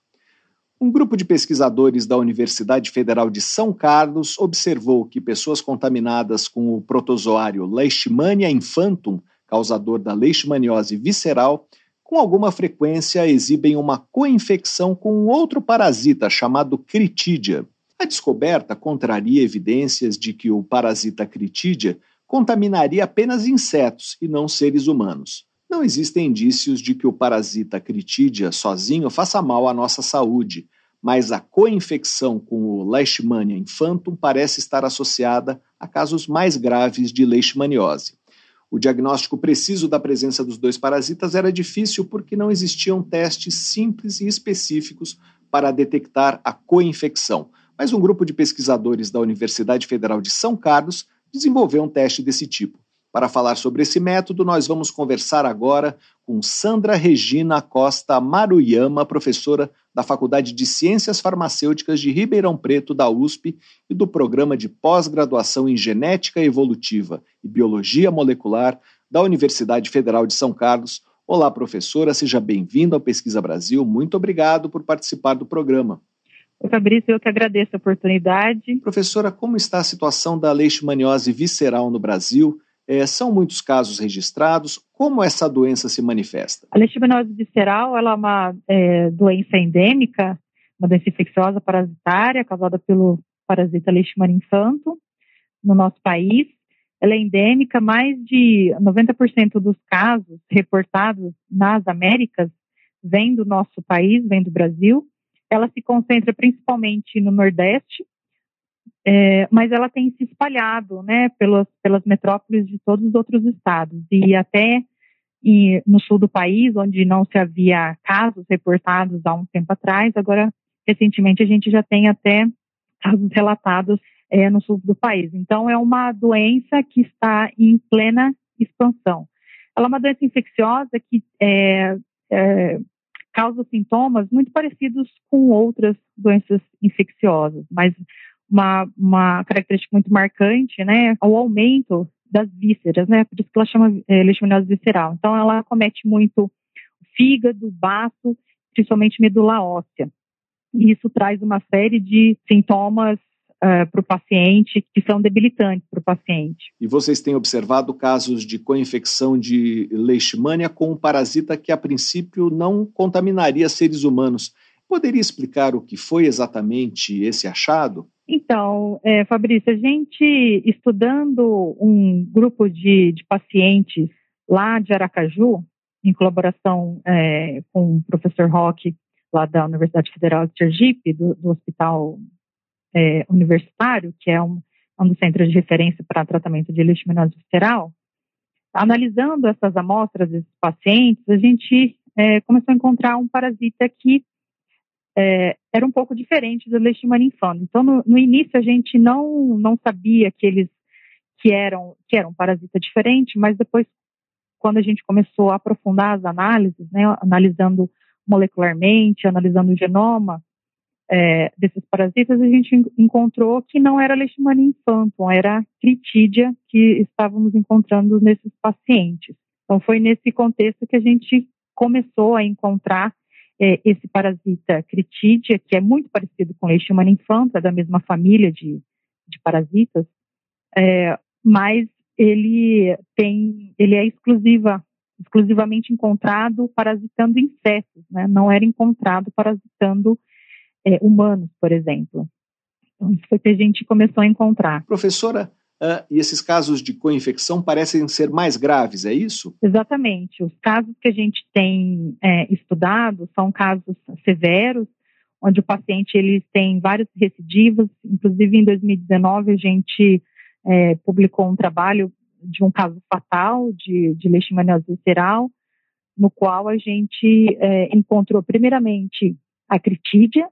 Speaker 1: Um grupo de pesquisadores da Universidade Federal de São Carlos observou que pessoas contaminadas com o protozoário Leishmania infantum, causador da leishmaniose visceral, com alguma frequência exibem uma co-infecção com outro parasita chamado Crithidia. A descoberta contraria evidências de que o parasita Crithidia contaminaria apenas insetos e não seres humanos. Não existem indícios de que o parasita Crithidia sozinho faça mal à nossa saúde, mas a co-infecção com o Leishmania infantum parece estar associada a casos mais graves de leishmaniose. O diagnóstico preciso da presença dos dois parasitas era difícil porque não existiam testes simples e específicos para detectar a co-infecção, mas um grupo de pesquisadores da Universidade Federal de São Carlos desenvolveu um teste desse tipo. Para falar sobre esse método, nós vamos conversar agora com Sandra Regina Costa Maruyama, professora da Faculdade de Ciências Farmacêuticas de Ribeirão Preto, da U S P, e do Programa de Pós-Graduação em Genética Evolutiva e Biologia Molecular da Universidade Federal de São Carlos. Olá, professora, seja bem-vinda ao Pesquisa Brasil. Muito obrigado por participar do programa.
Speaker 10: Oi, Fabrício, eu que agradeço a oportunidade.
Speaker 1: Professora, como está a situação da leishmaniose visceral no Brasil? É, são muitos casos registrados. Como essa doença se manifesta?
Speaker 10: A leishmaniose visceral ela é uma é, doença endêmica, uma doença infecciosa parasitária causada pelo parasita Leishmania infantum no nosso país. Ela é endêmica, mais de noventa por cento dos casos reportados nas Américas vêm do nosso país, vêm do Brasil. Ela se concentra principalmente no Nordeste, É, mas ela tem se espalhado, né, pelas, pelas metrópoles de todos os outros estados e até e, no sul do país, onde não se havia casos reportados há um tempo atrás, agora, recentemente, a gente já tem até casos relatados é, no sul do país. Então, é uma doença que está em plena expansão. Ela é uma doença infecciosa que é, é, causa sintomas muito parecidos com outras doenças infecciosas, mas Uma, uma característica muito marcante, né, o aumento das vísceras, né, por isso que ela chama é, leishmaniose visceral. Então, ela acomete muito o fígado, baço, principalmente medula óssea. E isso traz uma série de sintomas uh, para o paciente que são debilitantes para o paciente.
Speaker 1: E vocês têm observado casos de co-infecção de leishmania com um parasita que, a princípio, não contaminaria seres humanos. Poderia explicar o que foi exatamente esse achado?
Speaker 10: Então, é, Fabrício, a gente, estudando um grupo de, de pacientes lá de Aracaju, em colaboração é, com o professor Roque, lá da Universidade Federal de Sergipe, do, do Hospital é, Universitário, que é um, um dos centros de referência para tratamento de leishmaniose visceral, analisando essas amostras desses pacientes, a gente é, começou a encontrar um parasita que É, era um pouco diferente do Leishmania infantum. Então, no, no início, a gente não, não sabia que eles que eram, que eram um parasita diferente, mas depois, quando a gente começou a aprofundar as análises, né, analisando molecularmente, analisando o genoma é, desses parasitas, a gente encontrou que não era Leishmania infantum, era Crithidia que estávamos encontrando nesses pacientes. Então, foi nesse contexto que a gente começou a encontrar É, esse parasita Crithidia, que é muito parecido com Leishmania infantum, é da mesma família de, de parasitas, é, mas ele tem, ele é exclusiva, exclusivamente encontrado parasitando insetos, né? Não era encontrado parasitando é, humanos, por exemplo. Então, isso foi que a gente começou a encontrar.
Speaker 1: Professora, uh, e esses casos de co-infecção parecem ser mais graves, é isso?
Speaker 10: Exatamente. Os casos que a gente tem é, estudado são casos severos, onde o paciente ele tem várias recidivas. Inclusive, em dois mil e dezenove, a gente é, publicou um trabalho de um caso fatal de, de leishmaniose visceral, no qual a gente é, encontrou, primeiramente, a critídia,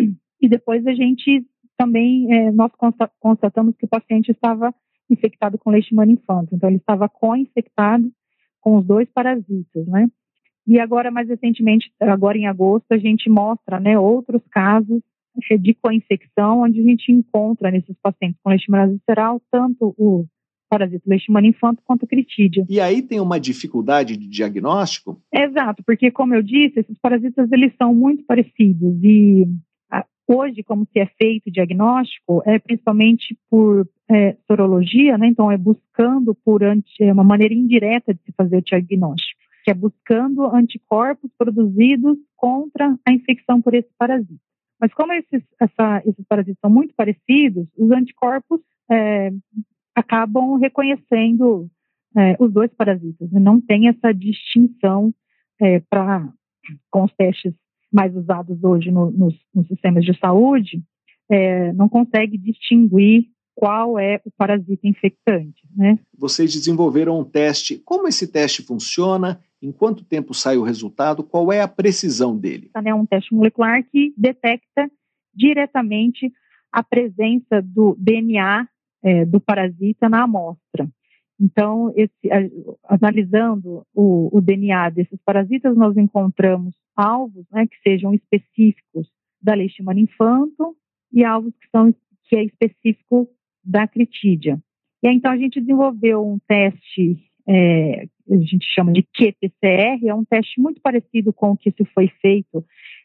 Speaker 10: e depois a gente também, é, nós constatamos que o paciente estava infectado com leishmania infanto, então ele estava co-infectado com os dois parasitas, né? E agora, mais recentemente, agora em agosto, a gente mostra, né, outros casos de co-infecção, onde a gente encontra nesses pacientes com leishmaniose visceral tanto o parasita leishmania infanto quanto a critídia.
Speaker 1: E aí tem uma dificuldade de diagnóstico?
Speaker 10: Exato, porque, como eu disse, esses parasitas eles são muito parecidos e a, hoje, como se é feito o diagnóstico, é principalmente por é, sorologia, né? Então é buscando por anti, é uma maneira indireta de se fazer o diagnóstico, que é buscando anticorpos produzidos contra a infecção por esse parasita. Mas como esses, essa, esses parasitas são muito parecidos, os anticorpos é, acabam reconhecendo é, os dois parasitas. Né? Não tem essa distinção é, pra, com os testes mais usados hoje no, nos, nos sistemas de saúde, é, não consegue distinguir qual é o parasita infectante. Né?
Speaker 1: Vocês desenvolveram um teste. Como esse teste funciona? Em quanto tempo sai o resultado? Qual é a precisão dele?
Speaker 10: É um teste molecular que detecta diretamente a presença do D N A É, do parasita na amostra. Então, esse, a, analisando o, o D N A desses parasitas, nós encontramos alvos, né, que sejam específicos da leishmania infanto e alvos que, são, que é específico da critídia. E aí, então, a gente desenvolveu um teste, é, a gente chama de Q P C R, é um teste muito parecido com o que se foi feito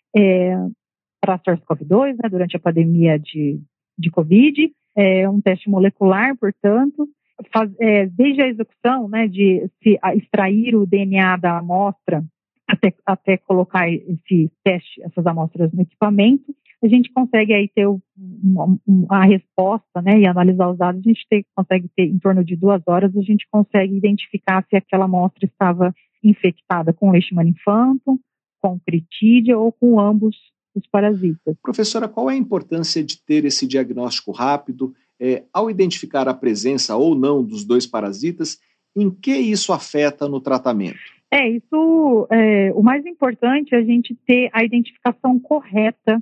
Speaker 10: é, para SARS-CoV dois, né, durante a pandemia de, de Covid. É um teste molecular, portanto, faz, é, desde a execução, né, de se a, extrair o D N A da amostra até, até colocar esse teste, essas amostras no equipamento, a gente consegue aí ter o, uma, a resposta, né, e analisar os dados, a gente ter, consegue ter em torno de duas horas, a gente consegue identificar se aquela amostra estava infectada com leishmania infanto, com critídia ou com ambos os parasitas.
Speaker 1: Professora, qual é a importância de ter esse diagnóstico rápido é, ao identificar a presença ou não dos dois parasitas? Em que isso afeta no tratamento?
Speaker 10: É, isso, é, o mais importante é a gente ter a identificação correta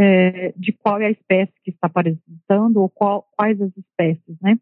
Speaker 10: é, de qual é a espécie que está parasitando ou qual, quais as espécies, né?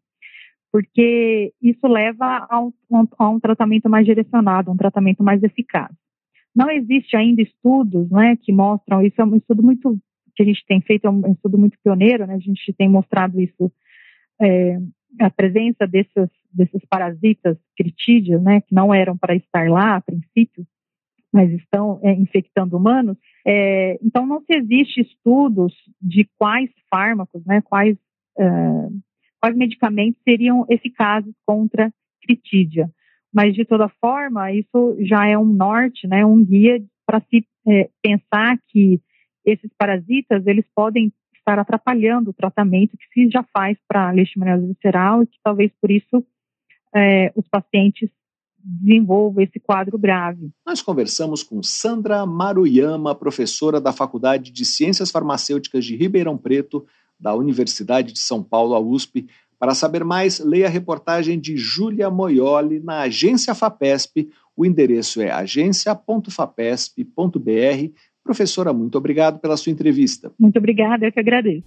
Speaker 10: Porque isso leva a um, a um tratamento mais direcionado, um tratamento mais eficaz. Não existe ainda estudos, né, que mostram, isso é um estudo muito, que a gente tem feito, é um estudo muito pioneiro, né, a gente tem mostrado isso, é, a presença desses, desses parasitas critídeos, né, que não eram para estar lá a princípio, mas estão é, infectando humanos. É, então não se existe estudos de quais fármacos, né, quais, é, quais medicamentos seriam eficazes contra critídia. Mas, de toda forma, isso já é um norte, né, um guia para se é, pensar que esses parasitas, eles podem estar atrapalhando o tratamento que se já faz para a leishmaniose visceral e que talvez por isso é, os pacientes desenvolvam esse quadro grave.
Speaker 1: Nós conversamos com Sandra Maruyama, professora da Faculdade de Ciências Farmacêuticas de Ribeirão Preto, da Universidade de São Paulo, a U S P. Para saber mais, leia a reportagem de Júlia Moioli na Agência FAPESP. O endereço é agência ponto fapesp ponto b r. Professora, muito obrigado pela sua entrevista.
Speaker 10: Muito obrigada, eu que agradeço.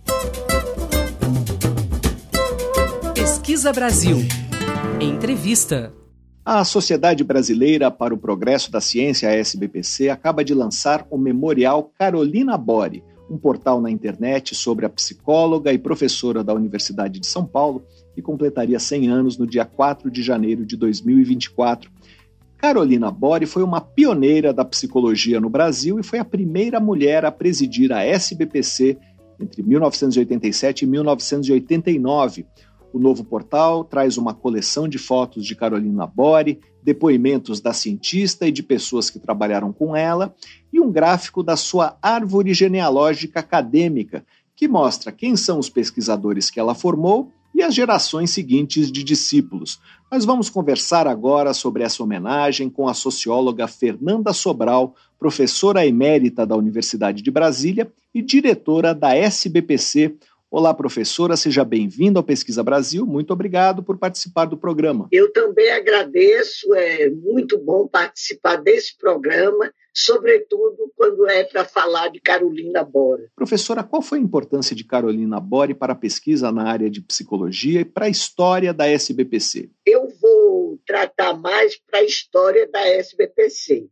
Speaker 2: Pesquisa Brasil. Entrevista.
Speaker 1: A Sociedade Brasileira para o Progresso da Ciência, a S B P C, acaba de lançar o Memorial Carolina Bori, um portal na internet sobre a psicóloga e professora da Universidade de São Paulo, que completaria cem anos no dia quatro de janeiro de dois mil e vinte e quatro. Carolina Bori foi uma pioneira da psicologia no Brasil e foi a primeira mulher a presidir a S B P C entre mil novecentos e oitenta e sete e mil novecentos e oitenta e nove. O novo portal traz uma coleção de fotos de Carolina Bori, depoimentos da cientista e de pessoas que trabalharam com ela, e um gráfico da sua árvore genealógica acadêmica, que mostra quem são os pesquisadores que ela formou e as gerações seguintes de discípulos. Nós vamos conversar agora sobre essa homenagem com a socióloga Fernanda Sobral, professora emérita da Universidade de Brasília e diretora da S B P C. Olá, professora, seja bem-vinda ao Pesquisa Brasil. Muito obrigado por participar do programa.
Speaker 11: Eu também agradeço, é muito bom participar desse programa, sobretudo quando é para falar de Carolina Bore.
Speaker 1: Professora, qual foi a importância de Carolina Bore para a pesquisa na área de psicologia e para a história da S B P C?
Speaker 11: Eu vou tratar mais para a história da S B P C,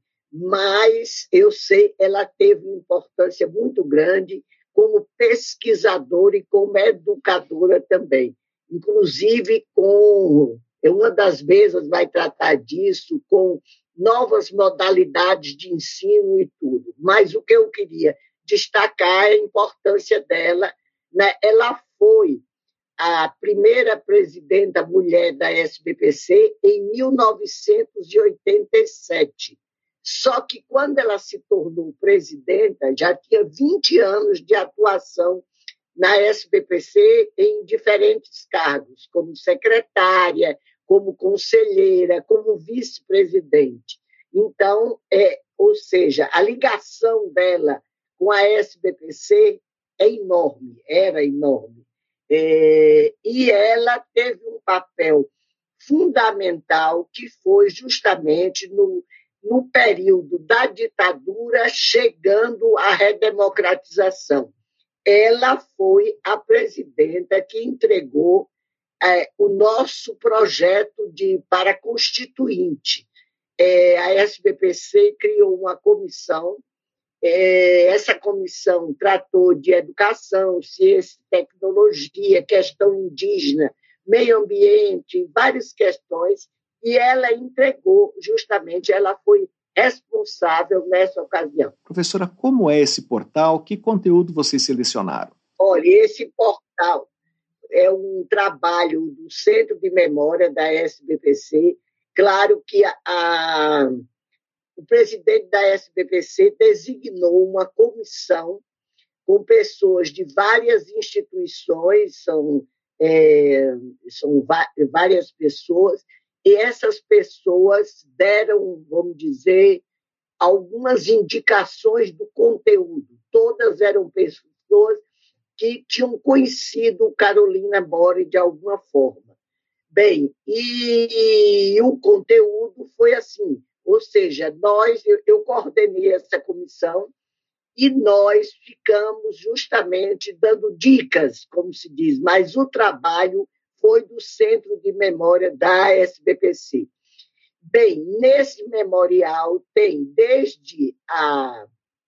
Speaker 11: mas eu sei ela teve uma importância muito grande como pesquisadora e como educadora também. Inclusive, com uma das mesas vai tratar disso, com novas modalidades de ensino e tudo. Mas o que eu queria destacar é a importância dela, né? Ela foi a primeira presidenta mulher da S B P C em mil novecentos e oitenta e sete. Só que quando ela se tornou presidenta, já tinha vinte anos de atuação na S B P C em diferentes cargos, como secretária, como conselheira, como vice-presidente. Então, é, ou seja, a ligação dela com a S B P C é enorme, era enorme. É, e ela teve um papel fundamental que foi justamente no no período da ditadura, chegando à redemocratização. Ela foi a presidenta que entregou é, o nosso projeto de, para constituinte. É, a S B P C criou uma comissão, é, essa comissão tratou de educação, ciência, tecnologia, questão indígena, meio ambiente, várias questões, e ela entregou, justamente, ela foi responsável nessa ocasião.
Speaker 1: Professora, como é esse portal? Que conteúdo vocês selecionaram?
Speaker 11: Olha, esse portal é um trabalho do Centro de Memória da S B P C. Claro que a, a, o presidente da S B P C designou uma comissão com pessoas de várias instituições, são, é, são várias pessoas, e essas pessoas deram, vamos dizer, algumas indicações do conteúdo. Todas eram pessoas que tinham conhecido Carolina Bore de alguma forma. Bem, e, e o conteúdo foi assim, ou seja, nós, eu, eu coordenei essa comissão e nós ficamos justamente dando dicas, como se diz, mas o trabalho foi do Centro de Memória da S B P C. Bem, nesse memorial tem desde a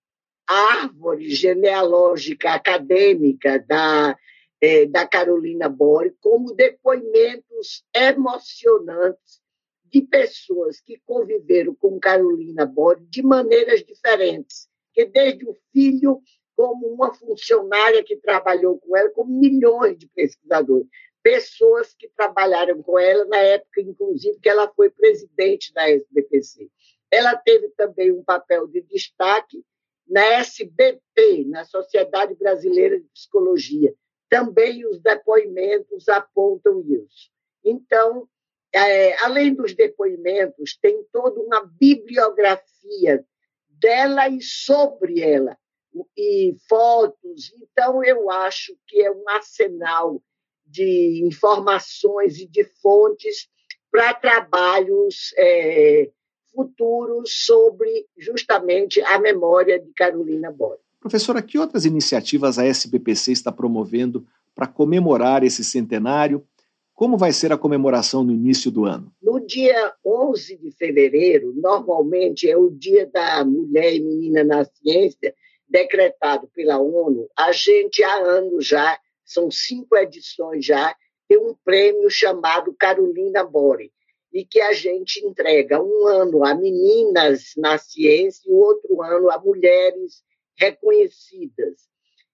Speaker 11: árvore genealógica acadêmica da, eh, da Carolina Bore, como depoimentos emocionantes de pessoas que conviveram com Carolina Bore de maneiras diferentes, que desde o filho, como uma funcionária que trabalhou com ela, como milhões de pesquisadores, pessoas que trabalharam com ela na época, inclusive, que ela foi presidente da S B P C. Ela teve também um papel de destaque na S B P, na Sociedade Brasileira de Psicologia. Também os depoimentos apontam isso. Então, é, além dos depoimentos, tem toda uma bibliografia dela e sobre ela, e fotos. Então, eu acho que é um arsenal de informações e de fontes para trabalhos é, futuros sobre justamente a memória de Carolina Bore.
Speaker 1: Professora, que outras iniciativas a S B P C está promovendo para comemorar esse centenário? Como vai ser a comemoração no início do ano?
Speaker 11: No dia onze de fevereiro, normalmente é o Dia da Mulher e Menina na Ciência, decretado pela ONU. A gente, há anos já, são cinco edições já, tem um prêmio chamado Carolina Bore, e que a gente entrega um ano a meninas na ciência e o outro ano a mulheres reconhecidas.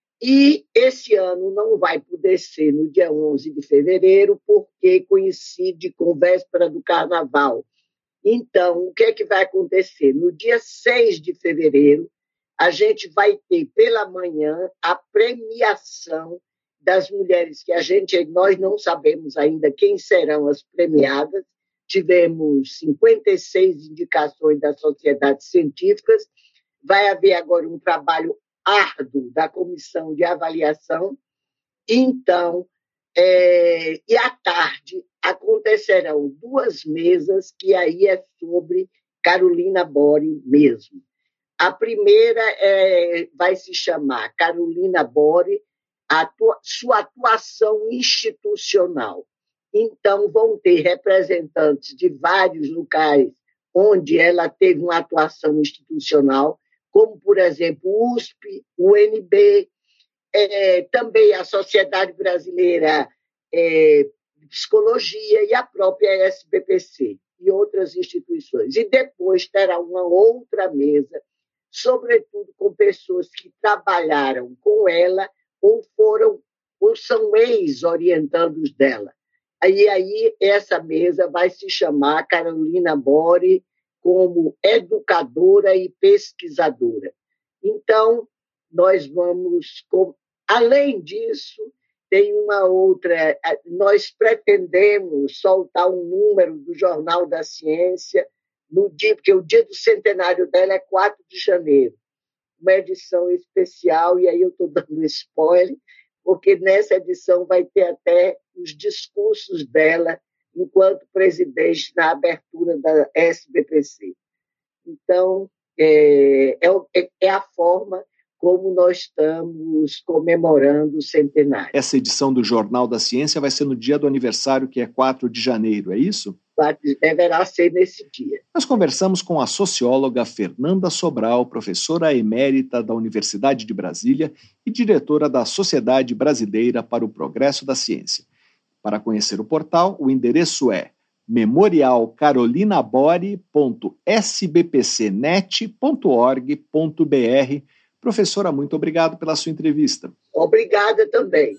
Speaker 11: E esse ano não vai poder ser no dia onze de fevereiro, porque coincide com véspera do Carnaval. Então, o que é que vai acontecer? No dia seis de fevereiro, a gente vai ter pela manhã a premiação das mulheres que a gente, nós não sabemos ainda quem serão as premiadas. Tivemos cinquenta e seis indicações das sociedades científicas. Vai haver agora um trabalho árduo da comissão de avaliação. Então, é, e à tarde acontecerão duas mesas que aí é sobre Carolina Bori mesmo. A primeira é, vai se chamar Carolina Bori, atua, sua atuação institucional. Então, vão ter representantes de vários locais onde ela teve uma atuação institucional, como, por exemplo, U S P, U N B, é, também a Sociedade Brasileira é, de Psicologia e a própria S B P C e outras instituições. E depois terá uma outra mesa, sobretudo com pessoas que trabalharam com ela ou foram ou são ex-orientandos dela. Aí, aí essa mesa vai se chamar Carolina Bori como educadora e pesquisadora. Então, nós vamos... Com... Além disso, tem uma outra... Nós pretendemos soltar um número do Jornal da Ciência, no dia, porque o dia do centenário dela é quatro de janeiro. Uma edição especial, e aí eu estou dando spoiler, porque nessa edição vai ter até os discursos dela enquanto presidente na abertura da S B P C. Então, é, é, é a forma como nós estamos comemorando o centenário.
Speaker 1: Essa edição do Jornal da Ciência vai ser no dia do aniversário, que é quatro de janeiro, é isso?
Speaker 11: Deverá ser nesse dia.
Speaker 1: Nós conversamos com a socióloga Fernanda Sobral, professora emérita da Universidade de Brasília e diretora da Sociedade Brasileira para o Progresso da Ciência. Para conhecer o portal, o endereço é memorial carolina bori ponto s b p c net ponto org ponto b r. Professora, muito obrigado pela sua entrevista.
Speaker 11: Obrigada também.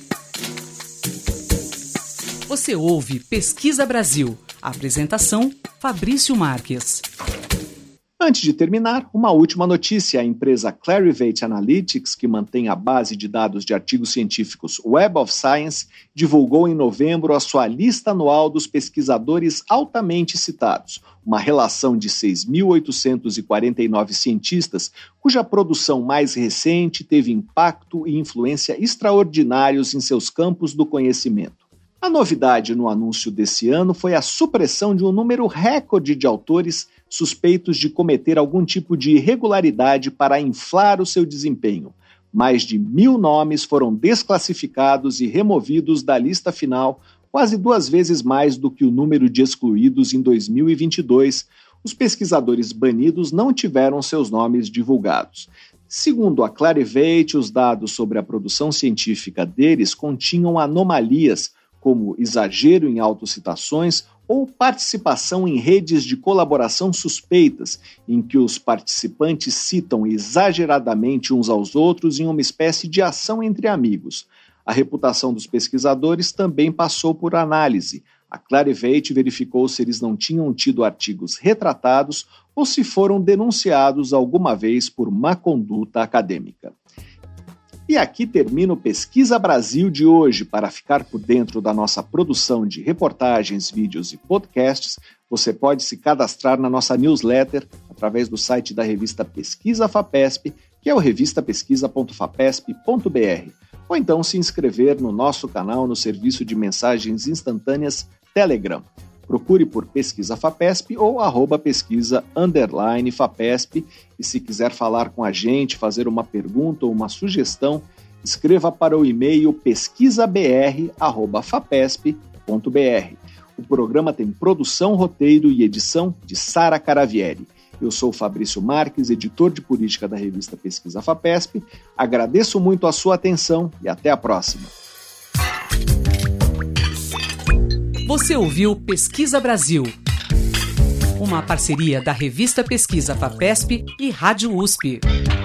Speaker 2: Você ouve Pesquisa Brasil. Apresentação, Fabrício Marques.
Speaker 1: Antes de terminar, uma última notícia. A empresa Clarivate Analytics, que mantém a base de dados de artigos científicos Web of Science, divulgou em novembro a sua lista anual dos pesquisadores altamente citados, uma relação de seis mil oitocentos e quarenta e nove cientistas, cuja produção mais recente teve impacto e influência extraordinários em seus campos do conhecimento. A novidade no anúncio desse ano foi a supressão de um número recorde de autores suspeitos de cometer algum tipo de irregularidade para inflar o seu desempenho. Mais de mil nomes foram desclassificados e removidos da lista final, quase duas vezes mais do que o número de excluídos em dois mil e vinte e dois. Os pesquisadores banidos não tiveram seus nomes divulgados. Segundo a Clarivate, os dados sobre a produção científica deles continham anomalias, como exagero em autocitações ou participação em redes de colaboração suspeitas, em que os participantes citam exageradamente uns aos outros em uma espécie de ação entre amigos. A reputação dos pesquisadores também passou por análise. A Clarivate verificou se eles não tinham tido artigos retratados ou se foram denunciados alguma vez por má conduta acadêmica. E aqui termina o Pesquisa Brasil de hoje. Para ficar por dentro da nossa produção de reportagens, vídeos e podcasts, você pode se cadastrar na nossa newsletter através do site da revista Pesquisa FAPESP, que é o revista pesquisa ponto fapesp ponto b r, ou então se inscrever no nosso canal no serviço de mensagens instantâneas Telegram. Procure por Pesquisa FAPESP ou arroba pesquisa underline FAPESP, e se quiser falar com a gente, fazer uma pergunta ou uma sugestão, escreva para o e-mail pesquisabr arroba fapesp ponto b r. O programa tem produção, roteiro e edição de Sara Caravieri. Eu sou Fabrício Marques, editor de política da revista Pesquisa FAPESP. Agradeço muito a sua atenção e até a próxima.
Speaker 2: Você ouviu Pesquisa Brasil, uma parceria da revista Pesquisa FAPESP e Rádio U S P.